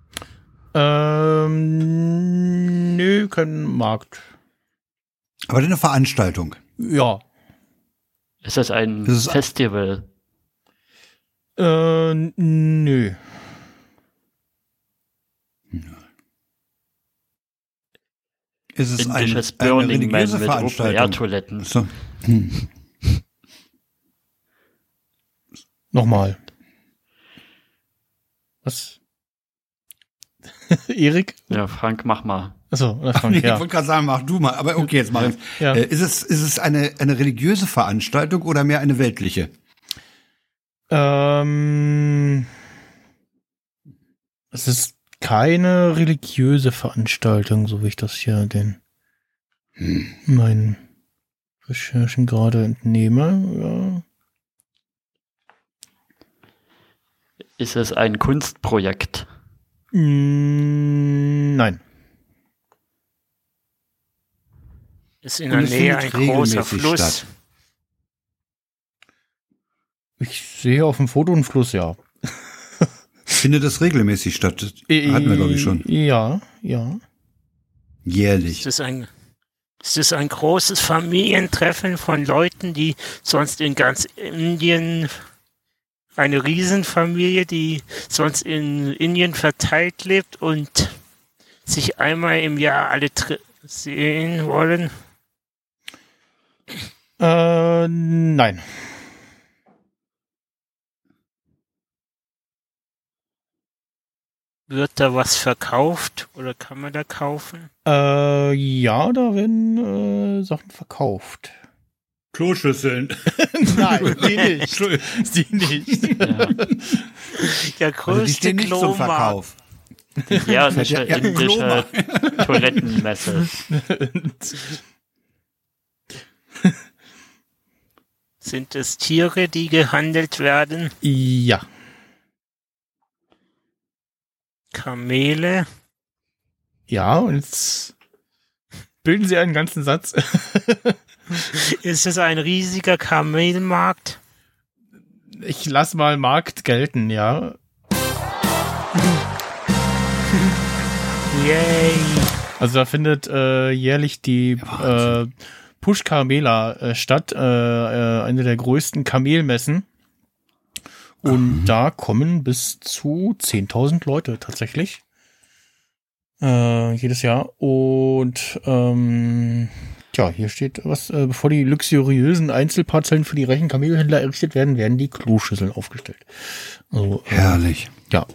Nö, kein Markt.
Aber eine Veranstaltung.
Ja.
Ist das ein Festival?
Nö.
Ist es
Indisches
eine
Burning Man
religiöse
mit
Veranstaltung?
Open-Air-Toiletten.
So.
Nochmal. Was? Erik?
Ja, Frank, mach mal.
Achso, oder Frank,
Ich
ja.
wollte gerade sagen, mach du mal. Aber okay, jetzt mach ich.
Ja.
Ist es eine religiöse Veranstaltung oder mehr eine weltliche?
Es ist keine religiöse Veranstaltung, so wie ich das hier den meinen Recherchen gerade entnehme. Ja.
Ist es ein Kunstprojekt?
Nein.
Ist in
Und
der
es
Nähe ein
findet
großer
regelmäßig
Fluss.
statt.
Ich sehe auf dem Foto einen Fluss, ja.
Findet das regelmäßig statt? Das hatten wir, glaube ich, schon.
Ja.
Jährlich.
Ist es ein großes Familientreffen von Leuten, die sonst in ganz Indien, eine Riesenfamilie, die sonst in Indien verteilt lebt und sich einmal im Jahr alle sehen wollen?
Nein.
Wird da was verkauft oder kann man da kaufen?
Ja, da werden Sachen verkauft.
Kloschüsseln.
Nein, die nicht. Die nicht.
Ja.
Der
Also die
größte
stehen nicht zum
Klomarkt.
Verkauf.
Ja, indische
Kloma.
Toilettenmesse.
Sind es Tiere, die gehandelt werden?
Ja.
Kamele?
Ja, und jetzt bilden Sie einen ganzen Satz.
Ist es ein riesiger Kamelmarkt?
Ich lass mal Markt gelten, ja.
Yay!
Also da findet jährlich die Pushkar Mela statt, eine der größten Kamelmessen. Und da kommen bis zu 10.000 Leute tatsächlich. Jedes Jahr. Und hier steht was, bevor die luxuriösen Einzelparzellen für die reichen Kamelhändler errichtet werden, werden die Kloschüsseln aufgestellt. Also,
Herrlich.
ja.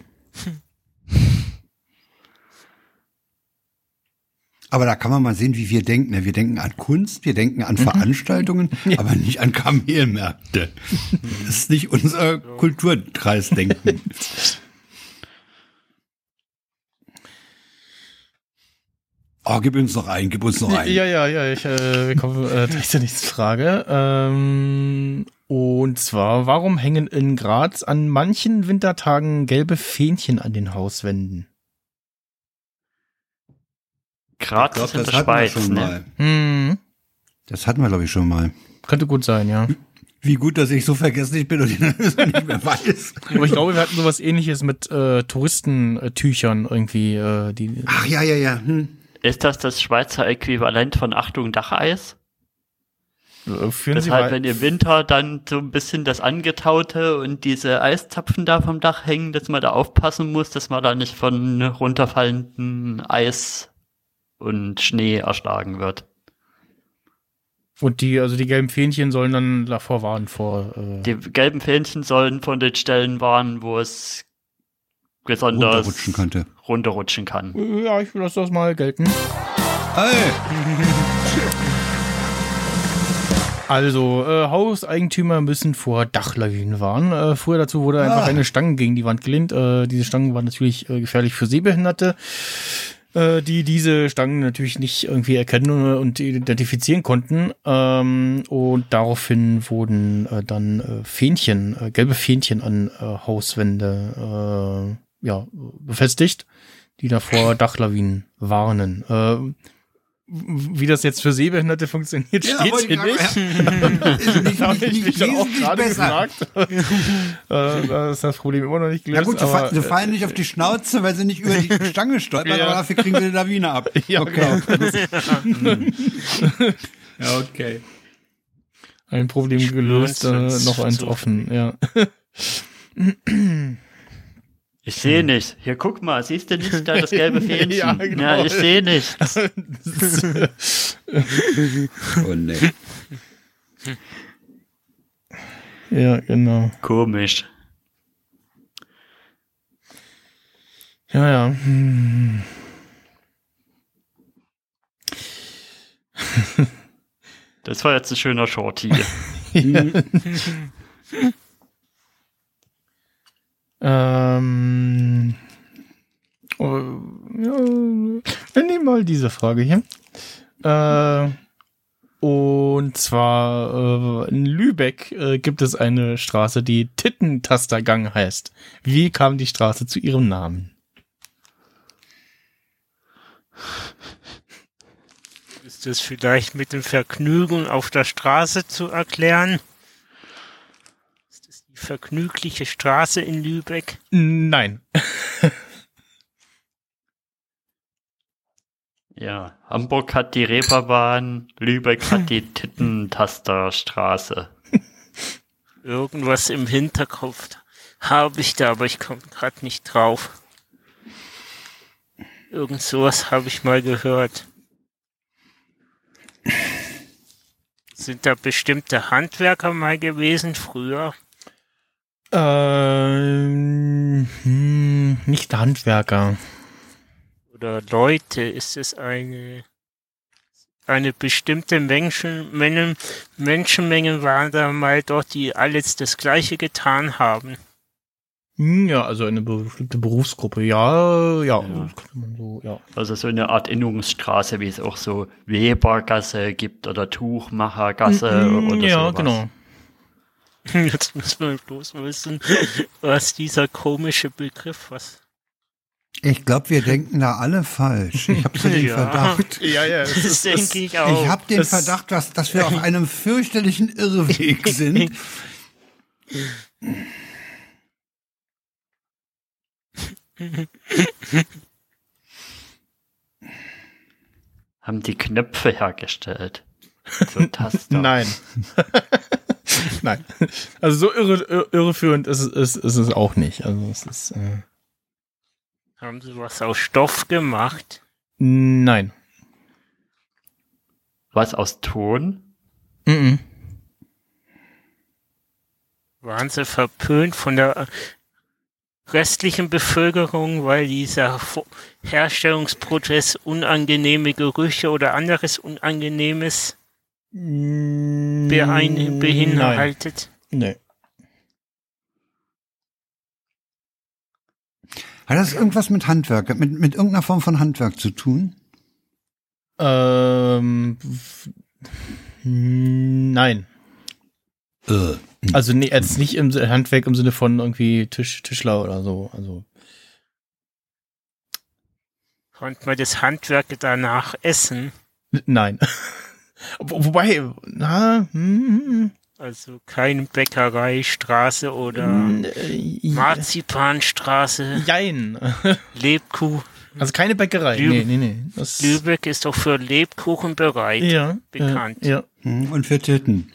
Aber da kann man mal sehen, wie wir denken. Wir denken an Kunst, wir denken an Veranstaltungen, aber nicht an Kamelmärkte. Das ist nicht unser Kulturkreisdenken. Oh, gib uns noch ein.
Ja, wir kommen gleich zur nächsten Frage. Und zwar, warum hängen in Graz an manchen Wintertagen gelbe Fähnchen an den Hauswänden?
Graz ist in der Schweiz, ne?
Das hatten wir, glaube ich, schon mal.
Könnte gut sein, ja.
Wie gut, dass ich so vergesslich bin und ich nicht mehr weiß.
Aber ich glaube, wir hatten sowas Ähnliches mit Touristentüchern irgendwie.
Ach, ja.
Ist das Schweizer Äquivalent von Achtung Dacheis?
Führen Sie
Deshalb,
mal.
wenn im Winter dann so ein bisschen das Angetaute und diese Eiszapfen da vom Dach hängen, dass man da aufpassen muss, dass man da nicht von runterfallenden Eis und Schnee erschlagen wird.
Und die gelben Fähnchen sollen dann davor warnen vor.
Die gelben Fähnchen sollen von den Stellen warnen, wo es besonders runterrutschen kann.
Ja, ich lasse das mal gelten.
Hey.
Also, Hauseigentümer müssen vor Dachlawinen warnen. Früher dazu wurde einfach eine Stange gegen die Wand gelehnt. Diese Stangen waren natürlich gefährlich für Sehbehinderte, die diese Stangen natürlich nicht irgendwie erkennen und identifizieren konnten. Und daraufhin wurden dann Fähnchen, gelbe Fähnchen an Hauswände befestigt, die davor Dachlawinen warnen. Wie das jetzt für Sehbehinderte funktioniert, steht hier nicht.
Das
habe ich mich dann auch gerade gefragt. Da ist das Problem immer noch nicht gelöst.
Ja gut, sie fallen nicht auf die Schnauze, weil sie nicht über die Stange stolpern, aber dafür kriegen sie die Lawine ab.
Ja,
okay.
Genau.
Ja, okay.
Ein Problem gelöst, noch eins offen, ja.
Ich sehe nicht. Hier, guck mal, siehst du nicht da das gelbe Fähnchen?
Ja, genau.
Ja, ich sehe nicht.
Oh nee.
Ja, genau.
Komisch.
Ja.
Das war jetzt ein schöner Shorty.
Wir nehmen mal diese Frage hier. Und zwar in Lübeck gibt es eine Straße, die Tittentastergang heißt. Wie kam die Straße zu ihrem Namen?
Ist das vielleicht mit dem Vergnügen auf der Straße zu erklären? Ist das die vergnügliche Straße in Lübeck?
Nein.
Ja, Hamburg hat die Reeperbahn, Lübeck hat die Tittentasterstraße.
Irgendwas im Hinterkopf habe ich da, aber ich komme gerade nicht drauf. Irgend sowas habe ich mal gehört. Sind da bestimmte Handwerker mal gewesen früher?
Nicht Handwerker.
Oder Leute, ist es eine bestimmte Menschenmenge waren da mal dort, die alles das Gleiche getan haben.
Ja, also eine bestimmte Berufsgruppe. Ja. Das kann man so, ja.
Also so eine Art Innungsstraße, wie es auch so Webergasse gibt oder Tuchmachergasse oder
ja,
sowas.
Genau.
Jetzt müssen wir bloß wissen, was dieser komische Begriff was.
Ich glaube, wir denken da alle falsch. Ich habe so den Verdacht.
Ja.
Das denke ich auch.
Ich habe den Verdacht, dass wir auf einem fürchterlichen Irrweg sind.
Haben die Knöpfe hergestellt. So Taster.
Nein. Nein. Also so irreführend ist es auch nicht. Also es ist.
Haben sie was aus Stoff gemacht?
Nein.
Was aus Ton?
Waren sie verpönt von der restlichen Bevölkerung, weil dieser Herstellungsprozess unangenehme Gerüche oder anderes Unangenehmes beinhaltet?
Nee.
Hat das irgendwas mit Handwerk, mit irgendeiner Form von Handwerk zu tun?
Nein. Also jetzt nicht im Handwerk im Sinne von irgendwie Tischler oder so. Also
Konnte man das Handwerk danach essen?
nein. Wobei,
Also keine Bäckereistraße oder Marzipanstraße,
jein.
Lebkuchen.
Also keine Bäckerei. Nee. Das
Lübeck ist doch für Lebkuchen bereit, bekannt.
Ja.
Und für Titten.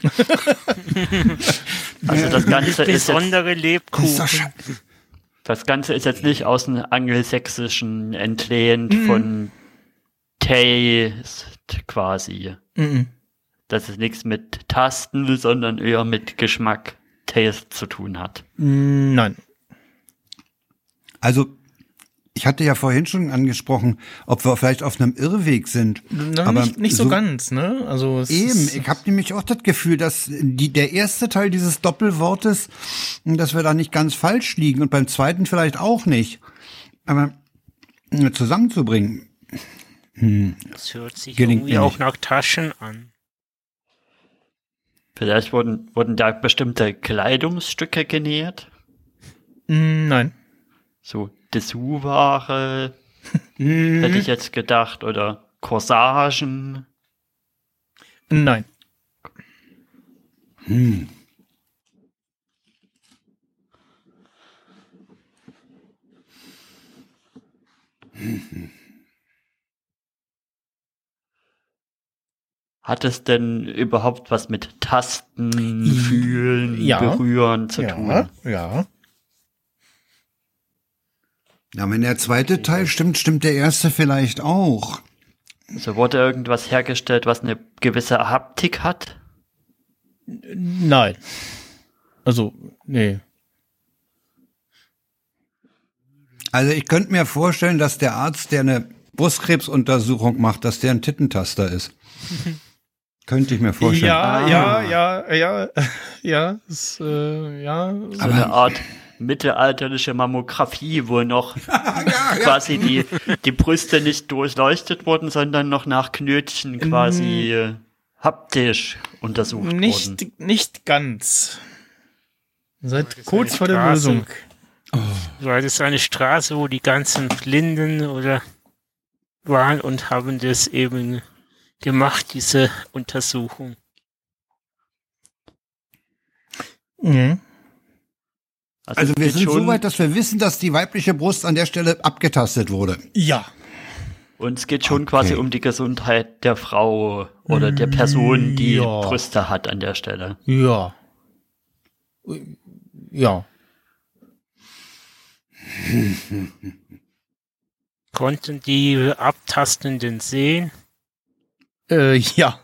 Also das Ganze ist
Besondere Lebkuchen.
Das Ganze ist jetzt nicht aus dem Angelsächsischen entlehnt von Taste quasi. Dass es nichts mit Tasten, sondern eher mit Geschmack, Taste zu tun hat.
Nein.
Also, ich hatte ja vorhin schon angesprochen, ob wir vielleicht auf einem Irrweg sind.
Aber nicht so ganz, ne? Also
ich habe nämlich auch das Gefühl, dass der erste Teil dieses Doppelwortes, dass wir da nicht ganz falsch liegen und beim zweiten vielleicht auch nicht. Aber zusammenzubringen.
Das hört sich
Gelingt
irgendwie
mir
auch
nicht.
nach Taschen an.
Vielleicht wurden da bestimmte Kleidungsstücke genäht.
Nein.
So Dessous-Ware, hätte ich jetzt gedacht, oder Corsagen.
Nein.
Hat es denn überhaupt was mit Tasten, Fühlen,
Ja.
Berühren zu tun?
Ja.
Ja, wenn der zweite Teil stimmt, stimmt der erste vielleicht auch.
Also wurde irgendwas hergestellt, was eine gewisse Haptik hat?
Nein. Also, nee.
Also ich könnte mir vorstellen, dass der Arzt, der eine Brustkrebsuntersuchung macht, dass der ein Tittentaster ist. Könnte ich mir vorstellen.
Ja. So
eine Art mittelalterliche Mammographie, wo noch quasi die Brüste nicht durchleuchtet wurden, sondern noch nach Knötchen quasi haptisch untersucht wurden.
Nicht ganz. Seid kurz vor der Lösung.
War das eine Straße, wo die ganzen Blinden oder waren und haben das eben gemacht, diese Untersuchung.
Mhm.
Also wir sind so weit, dass wir wissen, dass die weibliche Brust an der Stelle abgetastet wurde.
Ja.
Und es geht schon quasi um die Gesundheit der Frau oder der Person, die Brüste hat an der Stelle.
Ja.
Konnten die Abtastenden sehen?
Ja.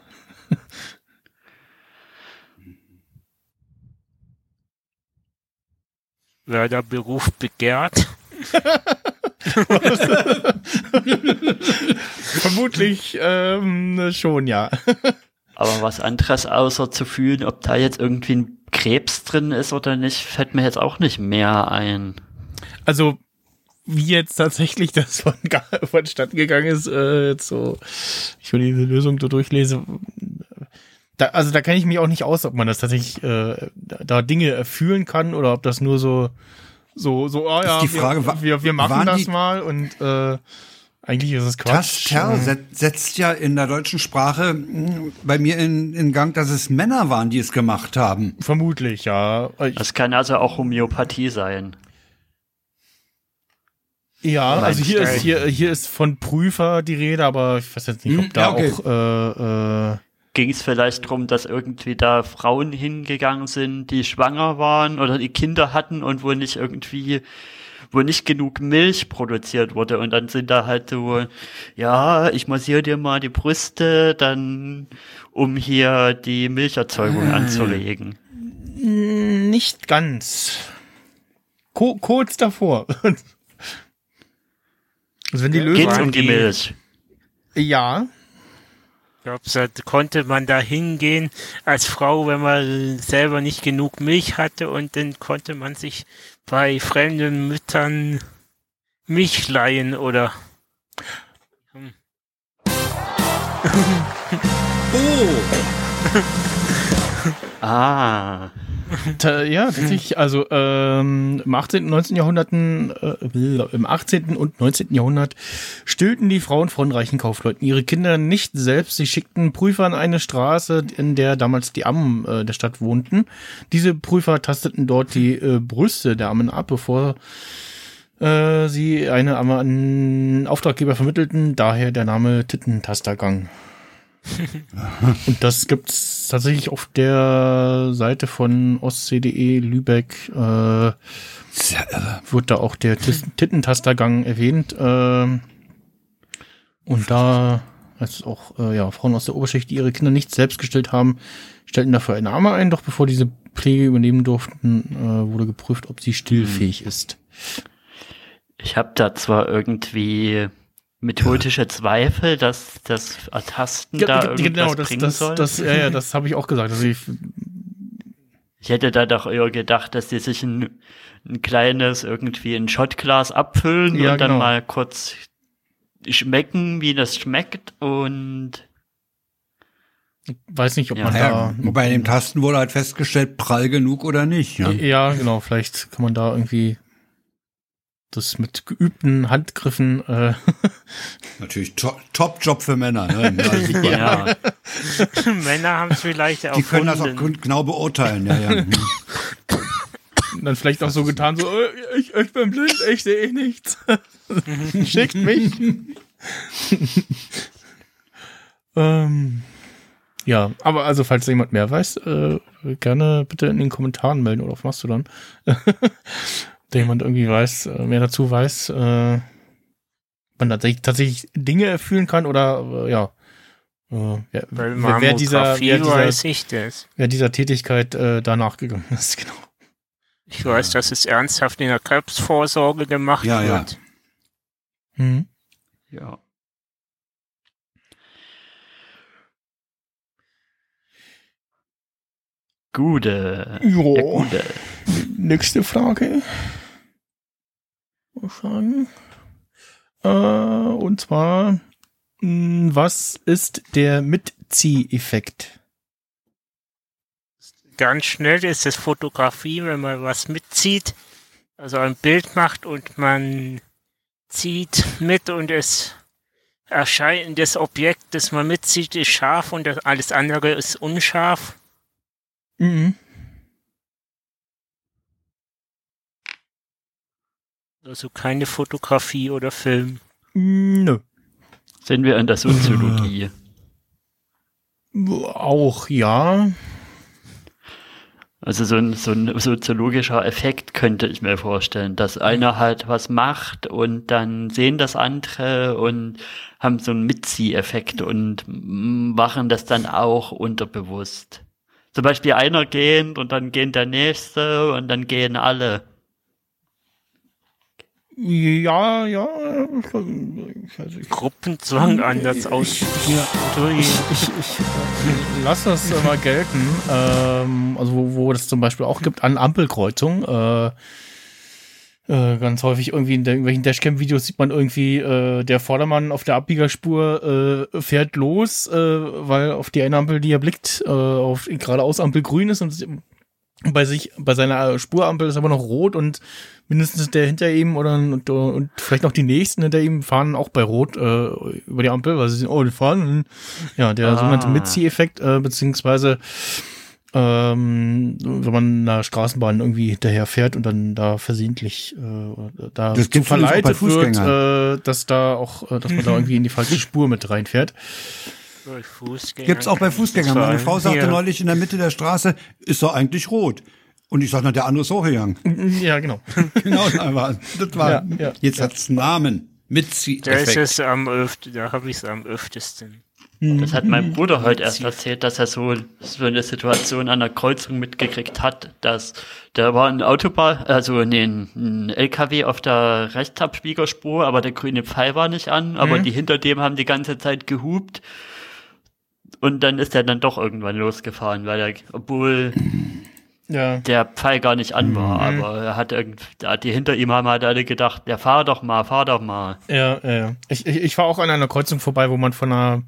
War der Beruf begehrt?
Vermutlich schon, ja.
Aber was anderes außer zu fühlen, ob da jetzt irgendwie ein Krebs drin ist oder nicht, fällt mir jetzt auch nicht mehr ein.
Also, wie jetzt tatsächlich das vonstatten gegangen ist, ich will diese Lösung so durchlese, da kenne ich mich auch nicht aus, ob man das tatsächlich da Dinge erfühlen kann oder ob das nur so
ist die Frage,
wir machen das mal und eigentlich ist es Quatsch.
Taster setzt ja in der deutschen Sprache bei mir in Gang, dass es Männer waren, die es gemacht haben.
Vermutlich, ja.
Das kann also auch Homöopathie sein.
Ja, also hier ist von Prüfer die Rede, aber ich weiß jetzt nicht, ob da auch
ging es vielleicht darum, dass irgendwie da Frauen hingegangen sind, die schwanger waren oder die Kinder hatten und wo nicht genug Milch produziert wurde und dann sind da halt so, ja, ich massiere dir mal die Brüste, dann um hier die Milcherzeugung anzuregen.
Nicht ganz. Kurz davor. Also wenn die Lösung
geht's um die Milch?
Ja.
Ich glaube, konnte man da hingehen als Frau, wenn man selber nicht genug Milch hatte und dann konnte man sich bei fremden Müttern Milch leihen oder...
Ja, tatsächlich, also im 18. und 19. Jahrhunderten, im 18. und 19. Jahrhundert stillten die Frauen von reichen Kaufleuten ihre Kinder nicht selbst. Sie schickten Prüfer an eine Straße, in der damals die Ammen der Stadt wohnten. Diese Prüfer tasteten dort die Brüste der Ammen ab, bevor sie eine Amme an Auftraggeber vermittelten. Daher der Name Tittentastergang. Und das gibt's tatsächlich auf der Seite von Ostsee.de Lübeck, wird da auch der Tittentastergang erwähnt, und da als auch Frauen aus der Oberschicht, die ihre Kinder nicht selbst gestillt haben, stellten dafür eine Amme ein, doch bevor diese Pflege übernehmen durften, wurde geprüft, ob sie stillfähig ist.
Ich habe da zwar irgendwie methodische Zweifel, dass das Ertasten da irgendwas bringen soll.
Das habe ich auch gesagt. Also ich
hätte da doch eher gedacht, dass die sich ein kleines irgendwie ein Shotglas abfüllen und dann mal kurz schmecken, wie das schmeckt und
ich weiß nicht, ob man da...
Bei dem Tasten wurde halt festgestellt, prall genug oder nicht. Ja,
ja, genau. Vielleicht kann man da irgendwie das mit geübten Handgriffen.
Natürlich Top-Job für Männer. Ne?
Ja.
Männer haben es vielleicht auch.
Die können das auch genau beurteilen. Ja.
Dann vielleicht auch so getan, so, ich bin blind, ich sehe nichts. Schickt mich. Ja, aber also falls jemand mehr weiß, gerne bitte in den Kommentaren melden oder auf Mastodon. Der jemand irgendwie mehr dazu weiß, man tatsächlich Dinge erfüllen kann oder wer dieser Tätigkeit danach gegangen ist, genau.
Ich weiß, dass es ernsthaft in der Krebsvorsorge gemacht
Ja, ja.
wird.
Hm.
Ja. Gute.
Jo.
Ja, gute.
Nächste Frage. Mal schauen. Und zwar, was ist der Mitzieheffekt?
Ganz schnell ist es Fotografie, wenn man was mitzieht, also ein Bild macht und man zieht mit und es erscheint, das Objekt, das man mitzieht, ist scharf und alles andere ist unscharf.
Mhm.
Also keine Fotografie oder Film.
Nö.
Sind wir in der Soziologie?
Auch ja.
Also so ein soziologischer Effekt könnte ich mir vorstellen, dass einer halt was macht und dann sehen das andere und haben so einen Mitzieheffekt und machen das dann auch unterbewusst. Zum Beispiel einer geht und dann gehen der nächste und dann gehen alle.
Ja.
Gruppenzwang anders aus.
Ich lass das mal gelten. Also wo das zum Beispiel auch gibt an Ampelkreuzungen. Ganz häufig irgendwie in irgendwelchen Dashcam-Videos sieht man irgendwie, der Vordermann auf der Abbiegerspur fährt los, weil auf die eine Ampel, die er blickt, auf geradeaus Ampel grün ist und bei seiner Spurampel ist aber noch rot und mindestens der hinter ihm und vielleicht noch die nächsten hinter ihm fahren auch bei rot über die Ampel, weil sie sind, die fahren. Ja, der sogenannte Mitzieheffekt, beziehungsweise wenn man einer Straßenbahn irgendwie hinterher fährt und dann da versehentlich dazu verleitet wird, dass man da irgendwie in die falsche Spur mit reinfährt.
Gibt's auch bei Fußgängern. Meine Frau sagte neulich in der Mitte der Straße, ist doch eigentlich rot. Und ich sag, na, der andere ist hochgegangen.
Ja, genau.
Genau, das war.
Ja.
Jetzt hat's einen Namen. Mitzieheffekt.
Da ist es da habe ich es am öftesten.
Das hat mein Bruder heute erst erzählt, dass er so eine Situation an der Kreuzung mitgekriegt hat, dass da war ein ein LKW auf der Rechtsabspiegelspur, aber der grüne Pfeil war nicht an, aber die hinter dem haben die ganze Zeit gehupt. Und dann ist er dann doch irgendwann losgefahren, obwohl der Pfeil gar nicht an war, aber die hinter ihm haben halt alle gedacht, ja, fahr doch mal.
Ja. Ich war auch an einer Kreuzung vorbei, wo man von einer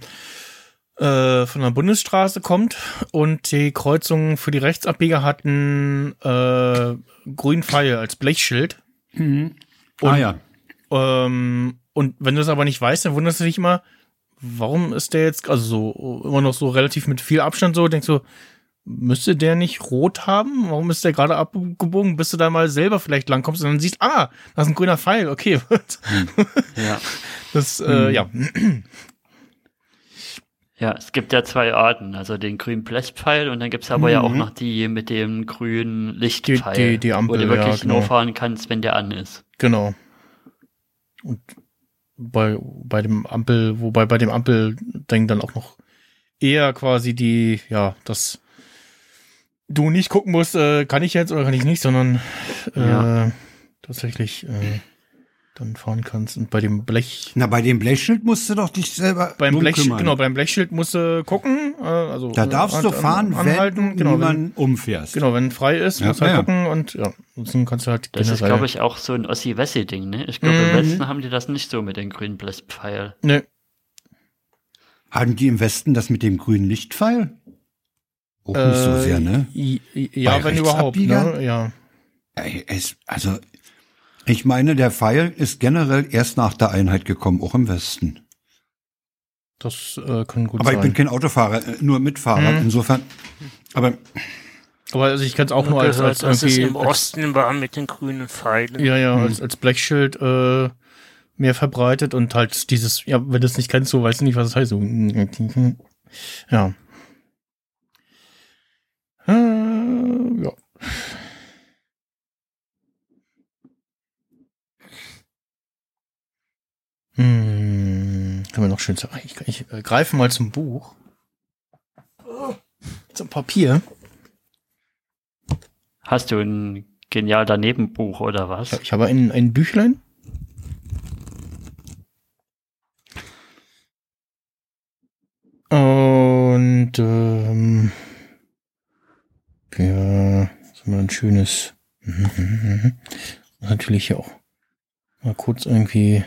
Bundesstraße kommt und die Kreuzung für die Rechtsabbieger hatten grünen Pfeil als Blechschild.
Mhm.
Und wenn du es aber nicht weißt, dann wunderst du dich immer, warum ist der jetzt, also so immer noch so relativ mit viel Abstand so, denkst du, müsste der nicht rot haben? Warum ist der gerade abgebogen, bis du da mal selber vielleicht langkommst und dann siehst, da ist ein grüner Pfeil, okay.
Ja.
Das, ja.
Ja, es gibt ja zwei Arten, also den grünen Blechpfeil und dann gibt's aber ja auch noch die mit dem grünen Lichtpfeil,
die Ampel,
wo du wirklich
genau.
nur fahren kannst, wenn der an ist.
Genau. Und bei dem Ampelding dann auch noch eher quasi dass du nicht gucken musst, kann ich jetzt oder kann ich nicht, sondern tatsächlich dann fahren kannst. Und bei dem
bei dem Blechschild musst du doch dich selber kümmern.
Genau, beim Blechschild musst du gucken.
Da darfst du fahren, wenn du niemanden umfährst.
Genau, wenn frei ist, musst du gucken und sonst kannst du halt
das ist, glaube ich, auch so ein Ossi-Wessi-Ding, ne? Ich glaube, im Westen haben die das nicht so mit dem grünen Blechpfeil.
Ne.
Haben die im Westen das mit dem grünen Lichtpfeil? Auch nicht so sehr, ne?
Ja,
Bei
wenn überhaupt, ne? Ja.
Ich meine, der Pfeil ist generell erst nach der Einheit gekommen, auch im Westen.
Das kann gut sein.
Aber ich bin kein Autofahrer, nur Mitfahrer, insofern. Aber
also ich kann es auch nur als
dass
irgendwie
es im Osten war mit den grünen Pfeilen.
Ja, als Blechschild mehr verbreitet und halt dieses, wenn du es nicht kennst, so weißt du nicht, was es heißt. So, ja. Ja. Können wir noch schön sagen. Ich greife mal zum Buch. Zum Papier.
Hast du ein genial daneben Buch oder was?
Ich habe ein Büchlein. Und ja, so mal ein schönes natürlich hier auch mal kurz irgendwie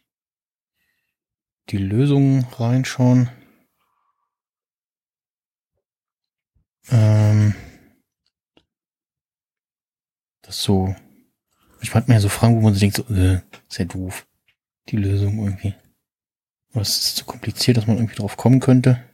die Lösung reinschauen. Das so, ich hat mir so Fragen, wo man sich denkt, so, ist ja doof, die Lösung irgendwie. Aber es ist zu kompliziert, dass man irgendwie drauf kommen könnte.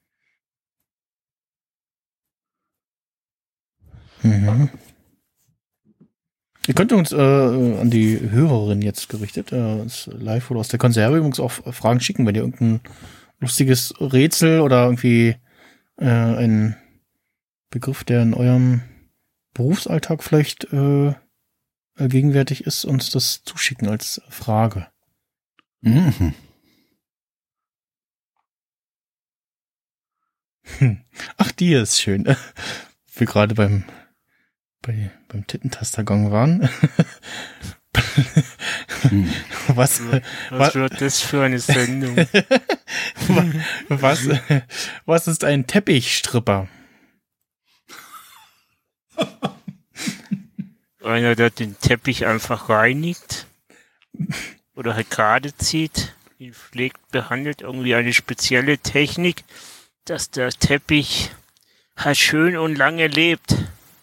Mhm. Ihr könnt uns an die Hörerin jetzt gerichtet, uns live oder aus der Konserve übrigens auch Fragen schicken, wenn ihr irgendein lustiges Rätsel oder irgendwie ein Begriff, der in eurem Berufsalltag vielleicht gegenwärtig ist, uns das zuschicken als Frage.
Mhm.
Ach, die ist schön. Wir gerade beim Tittentastergang waren. Was
wird das für eine Sendung?
Was ist ein Teppichstripper?
Einer, der den Teppich einfach reinigt oder halt gerade zieht, ihn pflegt, behandelt, irgendwie eine spezielle Technik, dass der Teppich halt schön und lange lebt.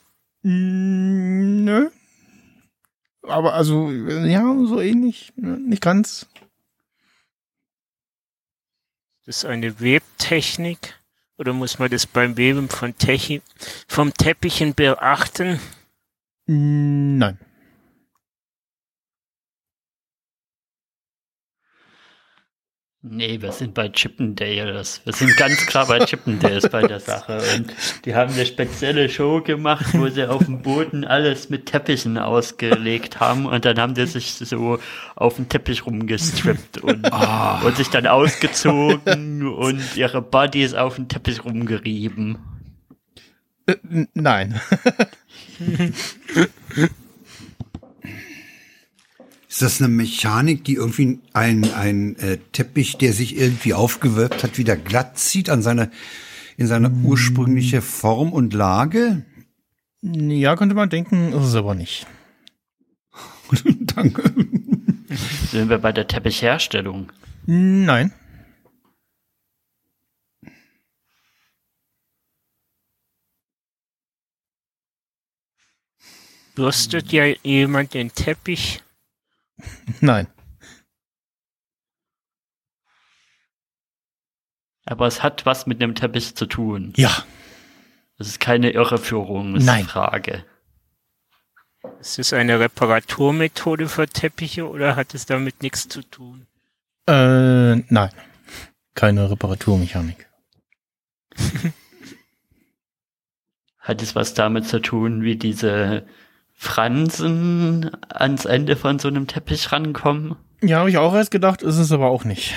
Nö. Aber also, ja, so ähnlich. Nicht ganz.
Das ist eine Webtechnik. Oder muss man das beim Weben vom Teppichen beachten?
Nein.
Nee, wir sind bei Chippendales. Wir sind ganz klar bei Chippendales bei der Sache. Und die haben eine spezielle Show gemacht, wo sie auf dem Boden alles mit Teppichen ausgelegt haben. Und dann haben die sich so auf den Teppich rumgestrippt und sich dann ausgezogen und ihre Bodies auf den Teppich rumgerieben.
Nein.
Ist das eine Mechanik, die irgendwie ein Teppich, der sich irgendwie aufgewölbt hat, wieder glatt zieht in seine ursprüngliche Form und Lage?
Ja, könnte man denken, ist es aber nicht.
Danke.
Sind wir bei der Teppichherstellung?
Nein.
Bürstet ja jemand den Teppich?
Nein.
Aber es hat was mit einem Teppich zu tun.
Ja.
Das ist keine Irreführungsfrage.
Ist es eine Reparaturmethode für Teppiche oder hat es damit nichts zu tun?
Nein. Keine Reparaturmechanik.
Hat es was damit zu tun, wie diese Fransen ans Ende von so einem Teppich rankommen?
Ja, habe ich auch erst gedacht, ist es aber auch nicht.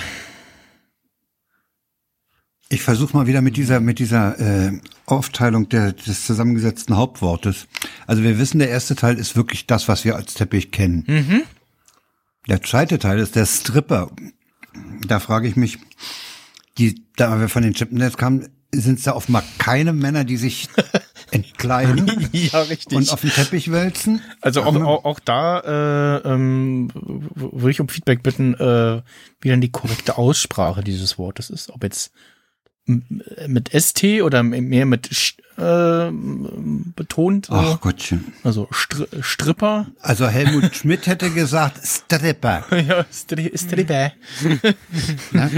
Ich versuche mal wieder mit dieser Aufteilung des zusammengesetzten Hauptwortes. Also wir wissen, der erste Teil ist wirklich das, was wir als Teppich kennen.
Mhm.
Der zweite Teil ist der Stripper. Da frage ich mich, da wir von den Chippendales kamen, sind es da offenbar keine Männer, die sich entkleiden
Ja, richtig.
und auf den Teppich wälzen?
Also auch da würde ich um Feedback bitten, wie dann die korrekte Aussprache dieses Wortes ist. Ob jetzt mit ST oder mehr mit betont.
Ach Gottchen.
Also Stripper.
Also Helmut Schmidt hätte gesagt Stripper.
Ja, Stripper.
Ja?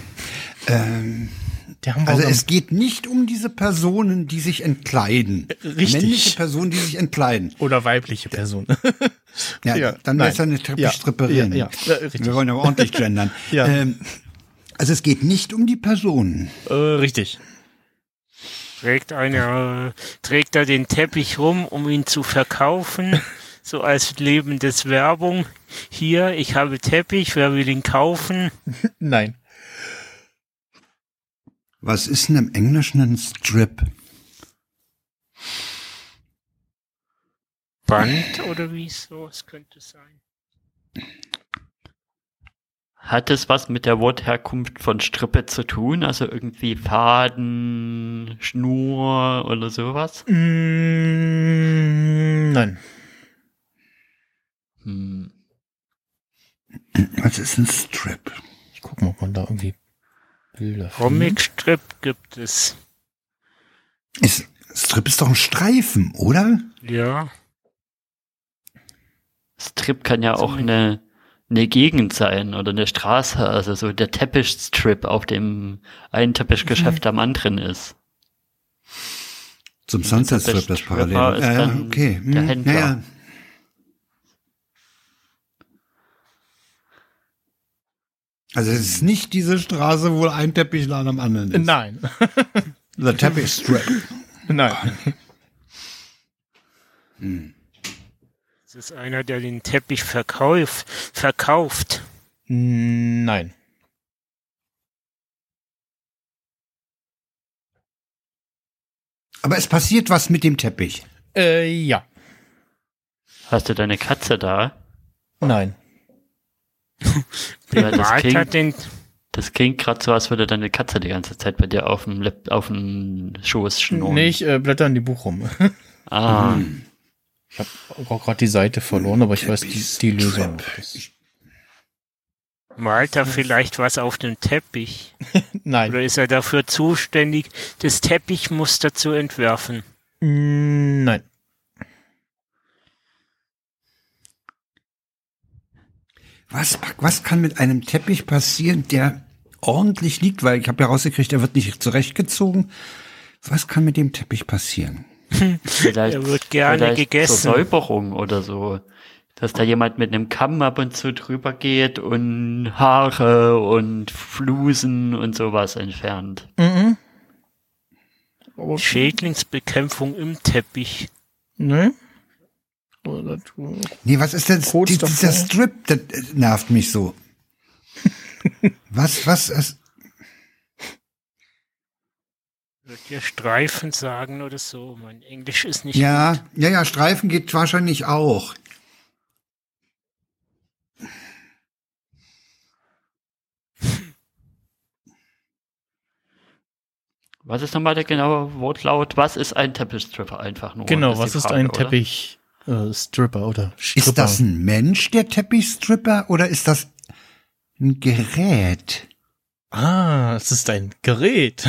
Also
es geht nicht um diese Personen, die sich entkleiden.
Richtig.
Männliche Personen, die sich entkleiden.
Oder weibliche Personen.
Ja, dann wäre es eine Teppichstripperin.
Ja, richtig.
Wir wollen aber ordentlich gendern.
Ja.
Also es geht nicht um die Personen.
Richtig.
Trägt er den Teppich rum, um ihn zu verkaufen? So als lebendes Werbung. Hier, ich habe Teppich, wer will ihn kaufen?
Nein.
Was ist denn im Englischen ein Strip?
Band oder wie so, es könnte sein.
Hat es was mit der Wortherkunft von Strippe zu tun? Also irgendwie Faden, Schnur oder sowas?
Nein.
Was ist ein Strip?
Ich guck mal, ob man da irgendwie Bilder findet.
Comicstrip gibt es.
Strip ist doch ein Streifen, oder?
Ja.
Strip kann ja auch eine Gegend sein oder eine Straße, also so der Teppichstrip, auf dem ein Teppichgeschäft am anderen ist.
Zum Sunset Strip, das parallel.
Ist dann
okay.
der Händler.
Naja. Also es ist nicht diese Straße, wo ein Teppichladen am anderen ist.
Nein.
Der Teppichstrip.
Nein.
Das ist einer, der den Teppich verkauft.
Nein.
Aber es passiert was mit dem Teppich.
Ja.
Hast du deine Katze da?
Nein.
Ja,
Malt
das klingt gerade so, als würde deine Katze die ganze Zeit bei dir auf dem Schoß schnurren.
Nee, ich blätter in die Buch rum.
Ah,
Ich habe auch gerade die Seite verloren, aber ich weiß die Lösung.
Malt er vielleicht was auf dem Teppich?
Nein.
Oder ist er dafür zuständig, das Teppichmuster zu entwerfen?
Nein.
Was kann mit einem Teppich passieren, der ordentlich liegt? Weil ich habe ja rausgekriegt, er wird nicht zurechtgezogen. Was kann mit dem Teppich passieren?
vielleicht,
Er wird gerne
vielleicht
gegessen.
zur Säuberung oder so. Dass da jemand mit einem Kamm ab und zu drüber geht und Haare und Flusen und sowas entfernt.
Schädlingsbekämpfung im Teppich.
Ne?
Nee, was ist denn
Codes
dieser
davor?
Strip? Das nervt mich so. Was?
Wird ja Streifen sagen oder so. Mein Englisch ist nicht
Ja, Streifen geht wahrscheinlich auch.
Was ist nochmal der genaue Wortlaut? Was ist ein Teppichstripper einfach nur?
Genau,
die
was ist
Frage,
ein
oder?
Teppich-Stripper oder Stripper?
Ist das ein Mensch, der Teppichstripper, oder ist das ein Gerät?
Ah, es ist ein Gerät.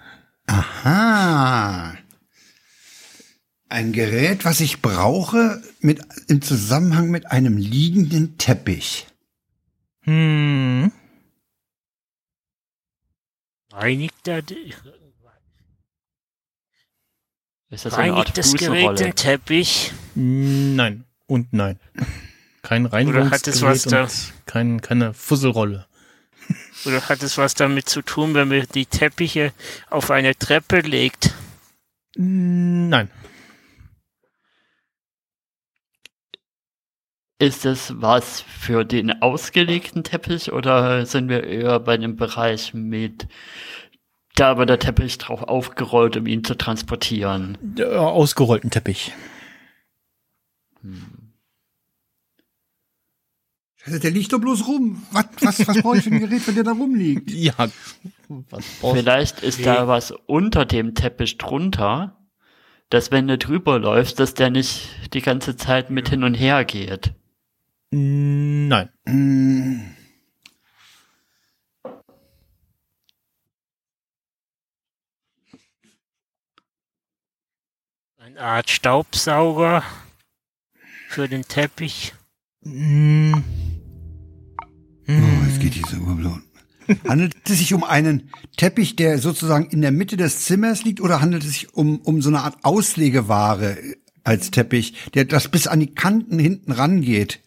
Aha. Ein Gerät, was ich brauche im Zusammenhang mit einem liegenden Teppich.
Reinigt er
Ist das so eine Art
reinigt das Gerät
Flusenrolle?
den Teppich?
Nein und nein. Kein
hat es was
Reinigungsgerät und keine Fusselrolle.
Oder hat es was damit zu tun, wenn man die Teppiche auf eine Treppe legt?
Nein.
Ist es was für den ausgelegten Teppich oder sind wir eher bei dem Bereich mit, da wird der Teppich drauf aufgerollt, um ihn zu transportieren?
Ausgerollten Teppich.
Scheiße, der liegt doch bloß rum. Was brauche ich für ein Gerät, wenn der da rumliegt?
Ja. Was brauchst
Vielleicht ist da was unter dem Teppich drunter, dass wenn du drüber läufst, dass der nicht die ganze Zeit mit hin und her geht.
Nein.
Eine Art Staubsauger für den Teppich?
Oh, jetzt geht diese Uhr. Handelt es sich um einen Teppich, der sozusagen in der Mitte des Zimmers liegt, oder handelt es sich um so eine Art Auslegeware als Teppich, das bis an die Kanten hinten rangeht?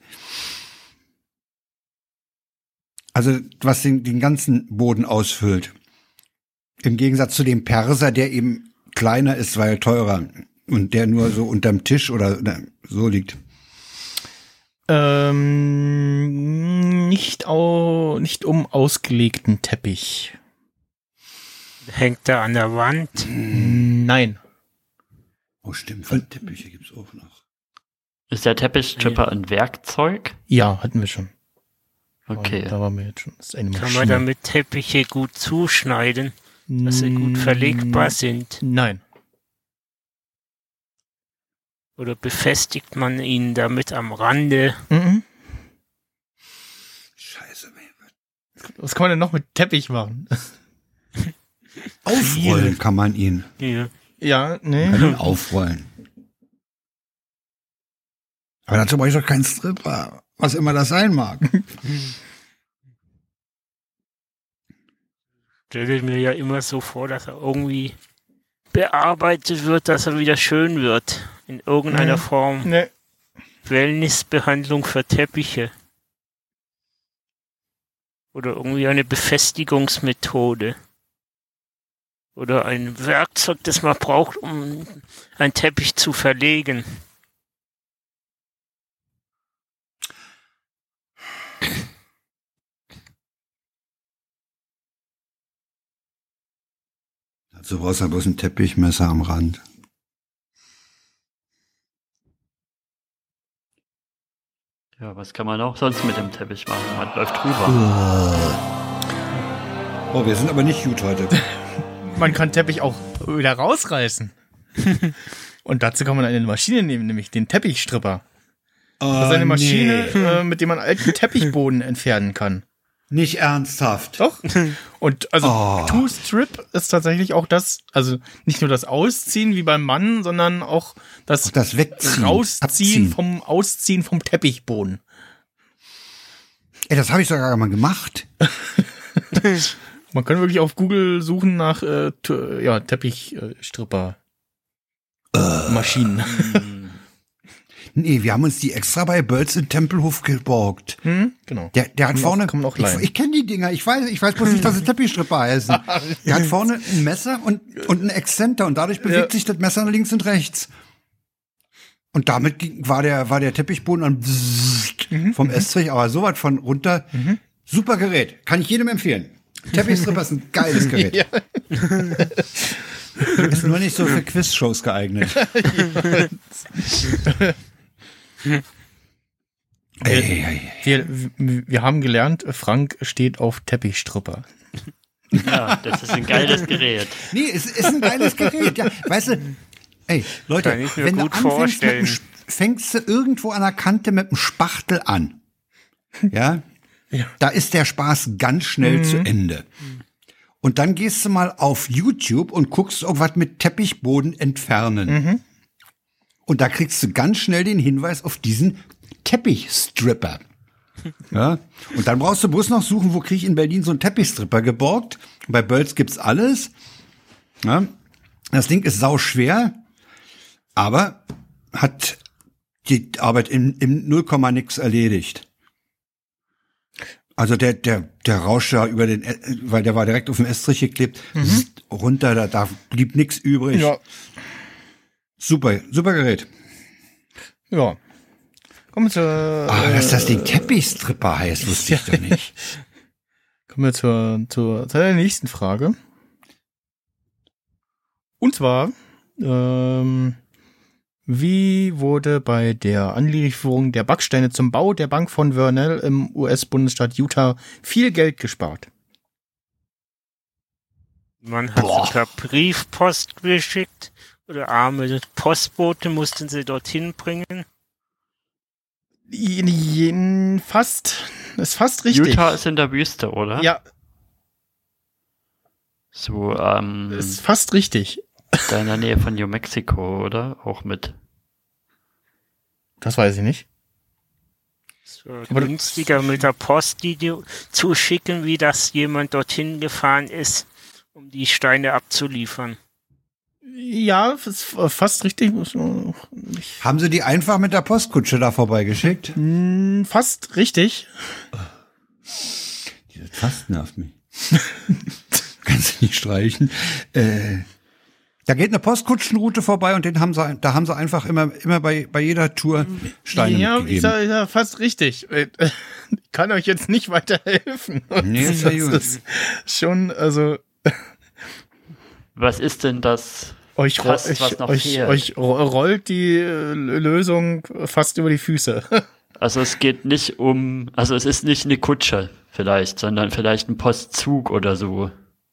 Also was den ganzen Boden ausfüllt. Im Gegensatz zu dem Perser, der eben kleiner ist, weil teurer und der nur so unterm Tisch oder so liegt.
Nicht um ausgelegten Teppich.
Hängt er an der Wand?
Nein.
Oh, stimmt, Wandteppiche gibt's auch noch.
Ist der Teppichstripper ein Werkzeug?
Ja, hatten wir schon.
Okay.
Da waren wir jetzt schon. Das ist eine
Kann
Maschine.
man damit Teppiche gut zuschneiden, dass sie gut verlegbar sind?
Nein.
Oder befestigt man ihn damit am Rande?
Mhm.
Scheiße.
Was kann man denn noch mit Teppich machen?
Aufrollen kann man ihn.
Ja.
Ja, nee.
Kann ihn aufrollen. Aber dazu brauche ich doch keinen Stripper. Was immer das sein mag.
Stelle mir ja immer so vor, dass er irgendwie bearbeitet wird, dass er wieder schön wird. In irgendeiner Form.
Nee.
Wellnessbehandlung für Teppiche. Oder irgendwie eine Befestigungsmethode. Oder ein Werkzeug, das man braucht, um einen Teppich zu verlegen.
Dazu brauchst du bloß ein Teppichmesser am Rand.
Ja, was kann man auch sonst mit dem Teppich machen? Man läuft drüber.
Oh, wir sind aber nicht gut heute.
Man kann Teppich auch wieder rausreißen. Und dazu kann man eine Maschine nehmen, nämlich den Teppichstripper. Das ist eine Maschine, mit der man alten Teppichboden entfernen kann.
Nicht ernsthaft.
Doch. Und also Two-Strip ist tatsächlich auch das, also nicht nur das Ausziehen wie beim Mann, sondern auch das
Wegziehen.
Rausziehen
Abziehen.
Ausziehen vom Teppichboden.
Ey, das habe ich sogar mal gemacht.
Man kann wirklich auf Google suchen nach Teppichstripper Maschinen.
Nee, wir haben uns die extra bei Birds in Tempelhof geborgt.
Genau.
Der hat vorne,
kann man auch leihen.
ich kenne die Dinger, ich weiß bloß nicht, dass sie Teppichstripper heißen. Der hat vorne ein Messer und einen Exzenter und dadurch bewegt sich das Messer nach links und rechts. Und damit war der Teppichboden dann vom Estrich, aber so weit von runter. Super Gerät, kann ich jedem empfehlen. Teppichstripper ist ein geiles Gerät.
Ja.
Ist nur nicht so für Quizshows geeignet.
Wir haben gelernt, Frank steht auf Teppichstripper.
Ja, das ist ein geiles Gerät.
Nee, es ist ein geiles Gerät. Ja, weißt du, ey, Leute,
Kann ich mir
wenn du
gut
anfängst,
vorstellen.
fängst du irgendwo an der Kante mit dem Spachtel an. Ja? Da ist der Spaß ganz schnell zu Ende. Und dann gehst du mal auf YouTube und guckst irgendwas mit Teppichboden entfernen. Und da kriegst du ganz schnell den Hinweis auf diesen Teppichstripper. Ja? Und dann brauchst du bloß noch suchen, wo kriege ich in Berlin so einen Teppichstripper geborgt. Bei Bölz gibt's alles. Ja? Das Ding ist sauschwer, aber hat die Arbeit im 0, nix erledigt. Also der rauscht ja über den, weil der war direkt auf dem Estrich geklebt, runter, da blieb nix übrig.
Ja.
Super Gerät.
Ja. Kommen wir zur.
Dass das Ding Teppichstripper heißt, wusste ich doch nicht.
Kommen wir zur der nächsten Frage. Und zwar, wie wurde bei der Anlieferung der Backsteine zum Bau der Bank von Vernell im US-Bundesstaat Utah viel Geld gespart?
Man hat sie per Briefpost geschickt oder arme Postbote mussten sie dorthin bringen.
Fast. Ist fast richtig.
Utah ist in der Wüste, oder?
Ja,
So,
ist fast richtig.
da in der Nähe von New Mexico, oder? Auch mit.
Das weiß ich nicht.
Es war günstiger mit der Post die zu schicken, wie dass jemand dorthin gefahren ist, um die Steine abzuliefern.
Ja, ist fast richtig. Muss man nicht-
Haben sie die einfach mit der Postkutsche da vorbeigeschickt?
Fast richtig.
Dieses Fast nervt mich. Kannst du nicht streichen. Da geht eine Postkutschenroute vorbei und da haben sie einfach immer bei jeder Tour Steine
Ja,
mitgegeben.
ich sag fast richtig. Ich kann euch jetzt nicht weiterhelfen.
Nee, ist ja gut.
ist schon, also,
Was ist denn das
Euch rollt die Lösung fast über die Füße.
Also es geht nicht also es ist nicht eine Kutsche vielleicht, sondern vielleicht ein Postzug oder so.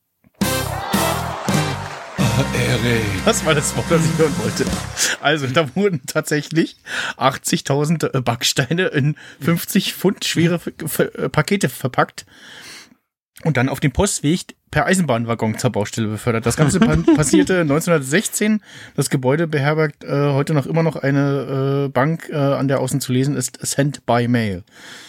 Das war das Wort, das ich hören wollte. Also da wurden tatsächlich 80.000 Backsteine in 50 Pfund schwere Pakete verpackt und dann auf dem Postweg per Eisenbahnwaggon zur Baustelle befördert. Das Ganze passierte 1916. Das Gebäude beherbergt heute noch immer noch eine Bank, an der außen zu lesen ist Sent by Mail.